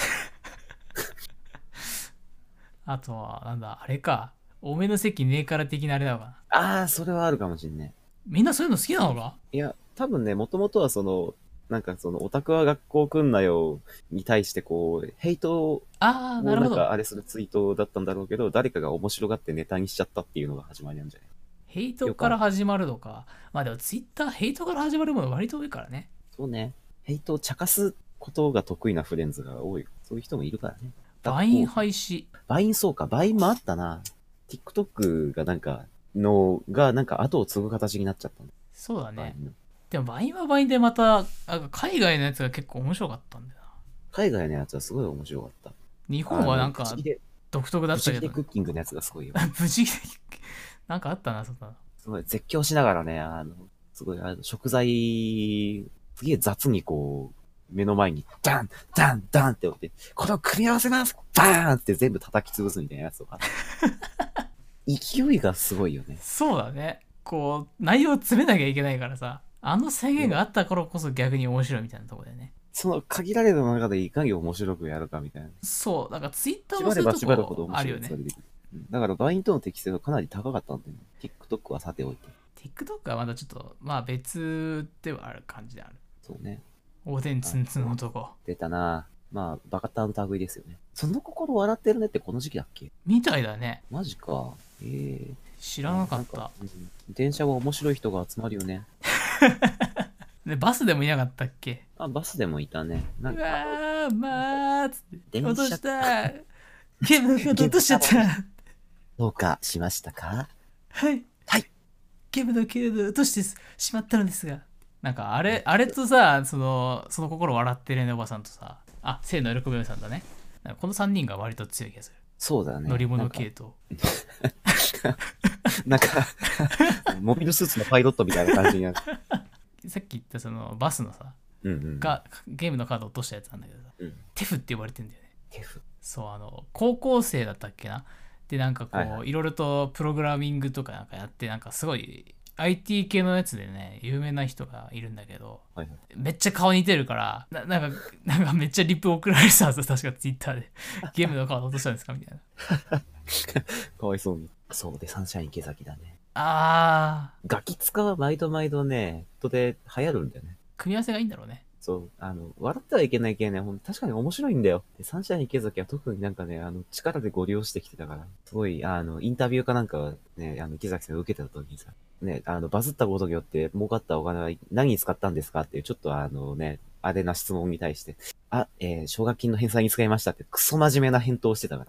あとは、なんだ、あれか。多めの席ねえから的なあれだわな。 ああ、それはあるかもしんね。 みんなそういうの好きなのか。 いや、多分ね、もともとはオタクは学校来んなよに対してこう、ヘイトをああ、なるほど。 あれするツイートだったんだろうけど、誰かが面白がってネタにしちゃったっていうのが始まりなんじゃない？ ヘイトから始まるのか。まあでもツイッターヘイトから始まるもの割と多いからね。 そうね。ヘイトを茶化すことが得意なフレンズが多い。そういう人もいるからね。 バイン廃止。 バインそうか。バインもあったな。TikTok がなんか後を継ぐ形になっちゃったの。 そうだね。でもバインはバインでまた、海外のやつが結構面白かったんだよな。 海外のやつはすごい面白かった。 日本はなんか独特だったけど。 ブチギレクッキングのやつがすごいよ。 ブチギレなんかあったな、そんな。 すごい絶叫しながらね、すごい食材、すげえ雑にこう、目の前にダン、ダン、ダンって置いて、この組み合わせますバーンって全部叩き潰すみたいなやつとか。勢いがすごいよね。 そうだね。こう、内容を詰めなきゃいけないからさ、あの制限があった頃こそ逆に面白いみたいなところだよね。 その限られた中でいかに面白くやるかみたいな。 そう、なんかツイッターもそういうとこあるよね。 るよね。 だからバインとの適性はかなり高かったんだよね。TikTok はさておいて。 TikTok はまだちょっと、まあ別ではある感じである。 そうね。 おでんツンツンの男。 出たな。まあ、バカタンの類ですよね。その心笑ってるねってこの時期だっけ？ みたいだね。 マジか。 知らなかった。 電車は面白い人が集まるよね。 で、バスでもいなかったっけ？ あ、バスでもいたね。 うわー、まあ、つって。 電車落とした。ゲームのカード落としちゃった。 どうかしましたか？ はい。 はい。 ゲームのカード落としてしまったのですが。なんかあれとさ、その心笑ってるねおばさんとさ、あ、清野喜びさんだね。なんかこの3人が割と強い気がする。 そうだね。 乗り物系統。 なんかモビルスーツのパイロットみたいな感じになる。 さっき言ったそのバスのさ、ゲームのカード落としたやつなんだけどさ、テフって呼ばれてんだよね。 テフ。 そう、高校生だったっけな。で、なんかこう、いろいろとプログラミングとかなんかやって、なんかすごい IT 系のやつでね、有名な人がいるんだけど、めっちゃ顔似てるから、なんかめっちゃリップ送られてたんですよ、確か Twitter で。ゲームのカード落としたんですかみたいな。 かわいそうに。そうで、サンシャイン池崎だね。ガキ使は毎度毎度ね、ネットで流行るんだよね。 組み合わせがいいんだろうね。 そう、笑ってはいけない系ね、確かに面白いんだよ。で、サンシャイン池崎は特になんかね、力でご利用してきてたから、すごい、インタビューかなんかね、池崎さんが受けてた時にさ、ね、バズったことによって儲かったお金は何に使ったんですかっていう、ちょっとね、あれな質問に対して、奨学金の返済に使いましたってクソ真面目な返答をしてたから。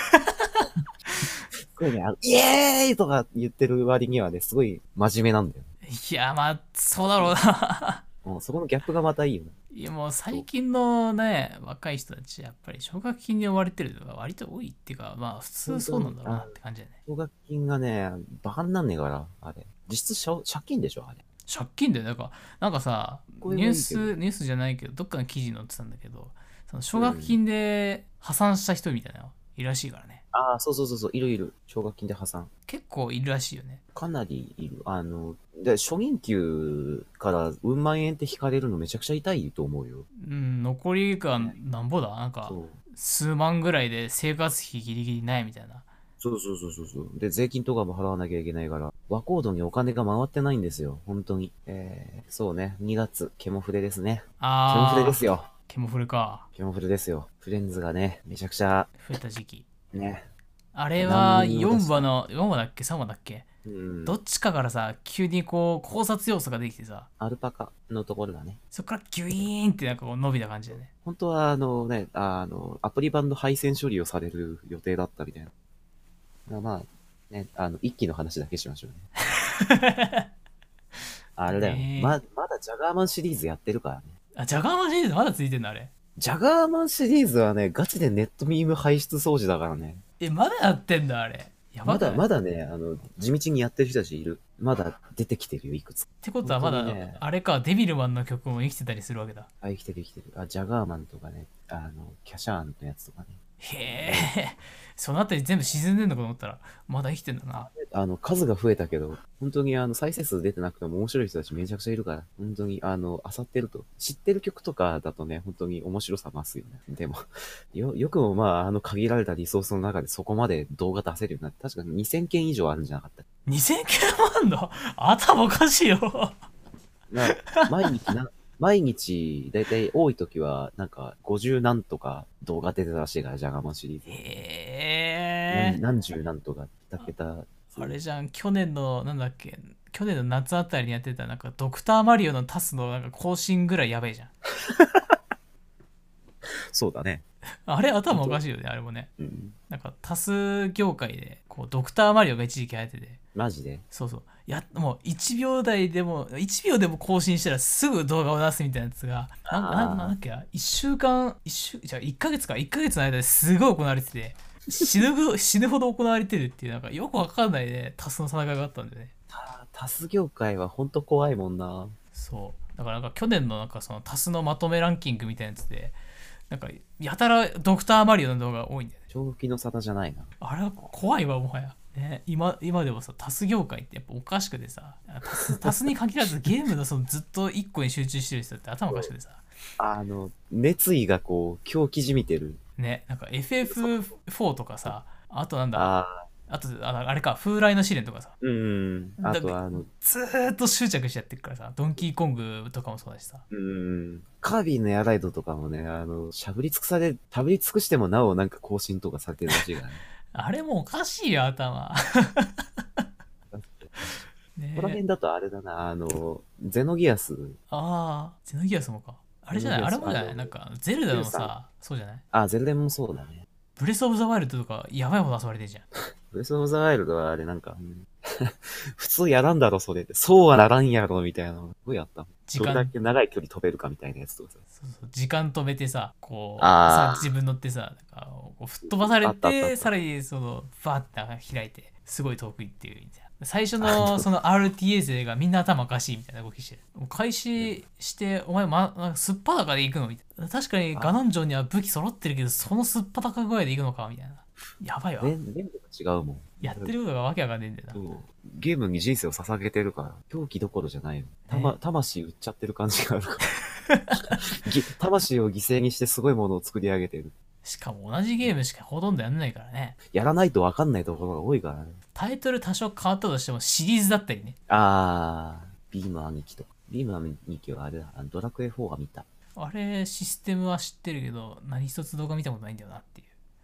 すごいね、イエーイとか言ってる割にはね、すごい真面目なんだよ。 いや、まあ、そうだろうな。 もうそこのギャップがまたいいよね。 いやもう最近のね、若い人たち、やっぱり奨学金に追われてるのが割と多いっていうか、まあ普通そうなんだろうなって感じだね。 奨学金がね、バカになんねえから、あれ。実質借金でしょ、あれ。 借金で、なんかさ、ニュースじゃないけど、どっかの記事載ってたんだけど、その奨学金で破産した人みたいなのいるらしいからね。 そう、いる。奨学金で破産。 結構いるらしいよね。 かなりいる。初任給からうん万円って引かれるのめちゃくちゃ痛いと思うよ。 残りがなんぼだなんか、数万ぐらいで生活費ギリギリないみたいな。 そう。で、税金とかも払わなきゃいけないから、和コードにお金が回ってないんですよ。本当に。そうね。2月、ケモフレですね。ケモフレですよ。 ケモフレか。 ケモフレですよ。フレンズがね、めちゃくちゃ。 増えた時期。 ね。 あれは4話だっけ ?3 話だっけ、どっちかからさ、急にこう考察要素ができてさ。 アルパカのところだね。 そっからギュイーンってなんかこう伸びた感じだね。 本当はアプリ版の配線処理をされる予定だったみたいな。まあ、ね、一期の話だけしましょうね。あれだよ。まだジャガーマンシリーズやってるからね。 ジャガーマンシリーズまだついてんのあれ。 ジャガーマンシリーズはね、ガチでネットミーム排出掃除だからね。 まだやってんだあれ。やばまだね、地道にやってる人たちいる。まだ出てきてるよ、いくつ。 ってことはまだ、あれか、デビルマンの曲も生きてたりするわけだ。 生きてる。ジャガーマンとかね、キャシャーンのやつとかね。 へえ、そのあたり全部沈んでんのかと思ったら、まだ生きてんだな。 数が増えたけど、本当に再生数出てなくても面白い人たちめちゃくちゃいるから、本当に漁ってると、知ってる曲とかだとね、本当に面白さ増すよね。でも、よくもまあ、限られたリソースの中でそこまで動画出せるようになって、確かに2000件以上あるんじゃなかった。 2000件もあんの？頭おかしいよ。 毎日、だいたい多い時は、なんか、50何とか動画出てたらしいから、ジャガーマンシリーズ。何十何とか、2桁。 あれじゃん、去年の夏あたりにやってた、なんか、ドクターマリオのタスのなんか更新ぐらいやばいじゃん。 そうだね。 あれ、頭おかしいよね、あれもね。なんか、タス業界で、こう、ドクターマリオが一時期流行ってて。 マジで？ そう。もう1秒でも更新したらすぐ動画を出すみたいなやつが、なんだっけな、1ヶ月の間ですごい行われてて、死ぬほど行われてるっていう、なんかよくわかんないね、タスの戦いがあったんでね。 タス業界はほんと怖いもんな。 そう。だからなんか去年のなんかそのタスのまとめランキングみたいなやつで、なんかやたらドクターマリオの動画が多いんだよね。 正気の沙汰じゃないな。 あれは怖いわ、もはや。ね、今でもさ、タス業界ってやっぱおかしくてさ、タスに限らずゲームのずっと一個に集中してる人って頭おかしくてさ。 熱意がこう、狂気じみてる。 ね、なんか FF4 とかさ、あとなんだ、 あと、あれか、風来の試練とかさ。 うん。あとずーっと執着しちゃってるからさ、ドンキーコングとかもそうだしさ。 うん。カービィのエアライドとかもね、しゃぶり尽くしてもなおなんか更新とかされてるらしいからね。 あれもうおかしいよ、頭。 ここら辺だとあれだな、ゼノギアス。 ああ、ゼノギアスもか。あれじゃないあれもじゃないなんか、ゼルダのさ、そうじゃないゼルダもそうだね。 ブレスオブザワイルドとか、やばいほど遊ばれてるじゃん。 ブレスオブザワイルドはあれなんか、普通やらんだろ、それで。そうはならんやろ、みたいなの。どうやったのどれだけ長い距離飛べるかみたいなやつとかさ。 そう時間止めてさ、こう、さ自分乗ってさ、なんかこう吹っ飛ばされて、さらにその、バーって開いて、すごい遠く行ってるみたいな。最初のその RTS 勢がみんな頭おかしいみたいな動きしてる。もう開始して、お前、なんかすっぱだかで行くのみたいな。確かにガノン城には武器揃ってるけど、そのすっぱだか具合で行くのかみたいな。やばいわ。 全部が違うもん。 やってることがわけわかんねえんだよな。 ゲームに人生を捧げてるから、狂気どころじゃないよ。魂売っちゃってる感じがあるから。魂を犠牲にしてすごいものを作り上げてる。 しかも同じゲームしかほとんどやんないからね。 やらないとわかんないところが多いからね。 タイトル多少変わったとしてもシリーズだったりね。 ビーム兄貴とか。ビーム兄貴はあれだ、ドラクエ4が見た。 あれ、システムは知ってるけど、何一つ動画見たことないんだよなっていう。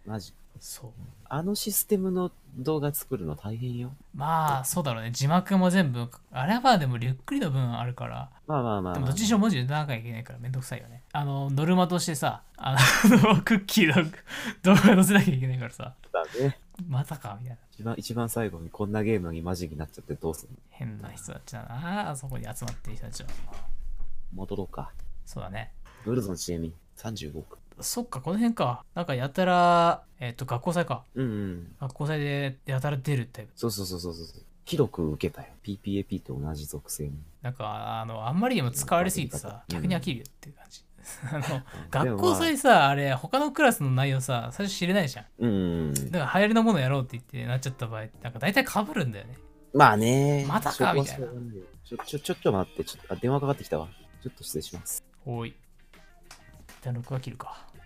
マジそう。 あのシステムの動画作るの大変よ。 まあ、そうだろうね。字幕も全部、あれはでもゆっくりの分あるから。 まあ。 でもどっちにしろ文字で打たなきゃいけないからめんどくさいよね。ノルマとしてさ、クッキーの動画載せなきゃいけないからさ。 だね。 またかみたいな。 一番最後にこんなゲームにマジになっちゃってどうするの？ 変な人たちだな、あそこに集まってる人たちは。 戻ろうか。 そうだね。 ブルゾン CM 35億。 そっか、この辺か。なんかやたら、学校祭か。 うん。 学校祭でやたら出るタイプ。 そう。広く受けたよ。PPAP と同じ属性に。 なんか、あんまりにも使われすぎてさ、逆に飽きるよっていう感じ。学校祭さ、あれ、他のクラスの内容さ、最初知れないじゃん。だから流行りのものやろうって言ってなっちゃった場合、なんか大体被るんだよね。 まあね。 またかみたいな。 ちょっと待って。電話かかってきたわ。ちょっと失礼します。 おい。一旦録画切るか。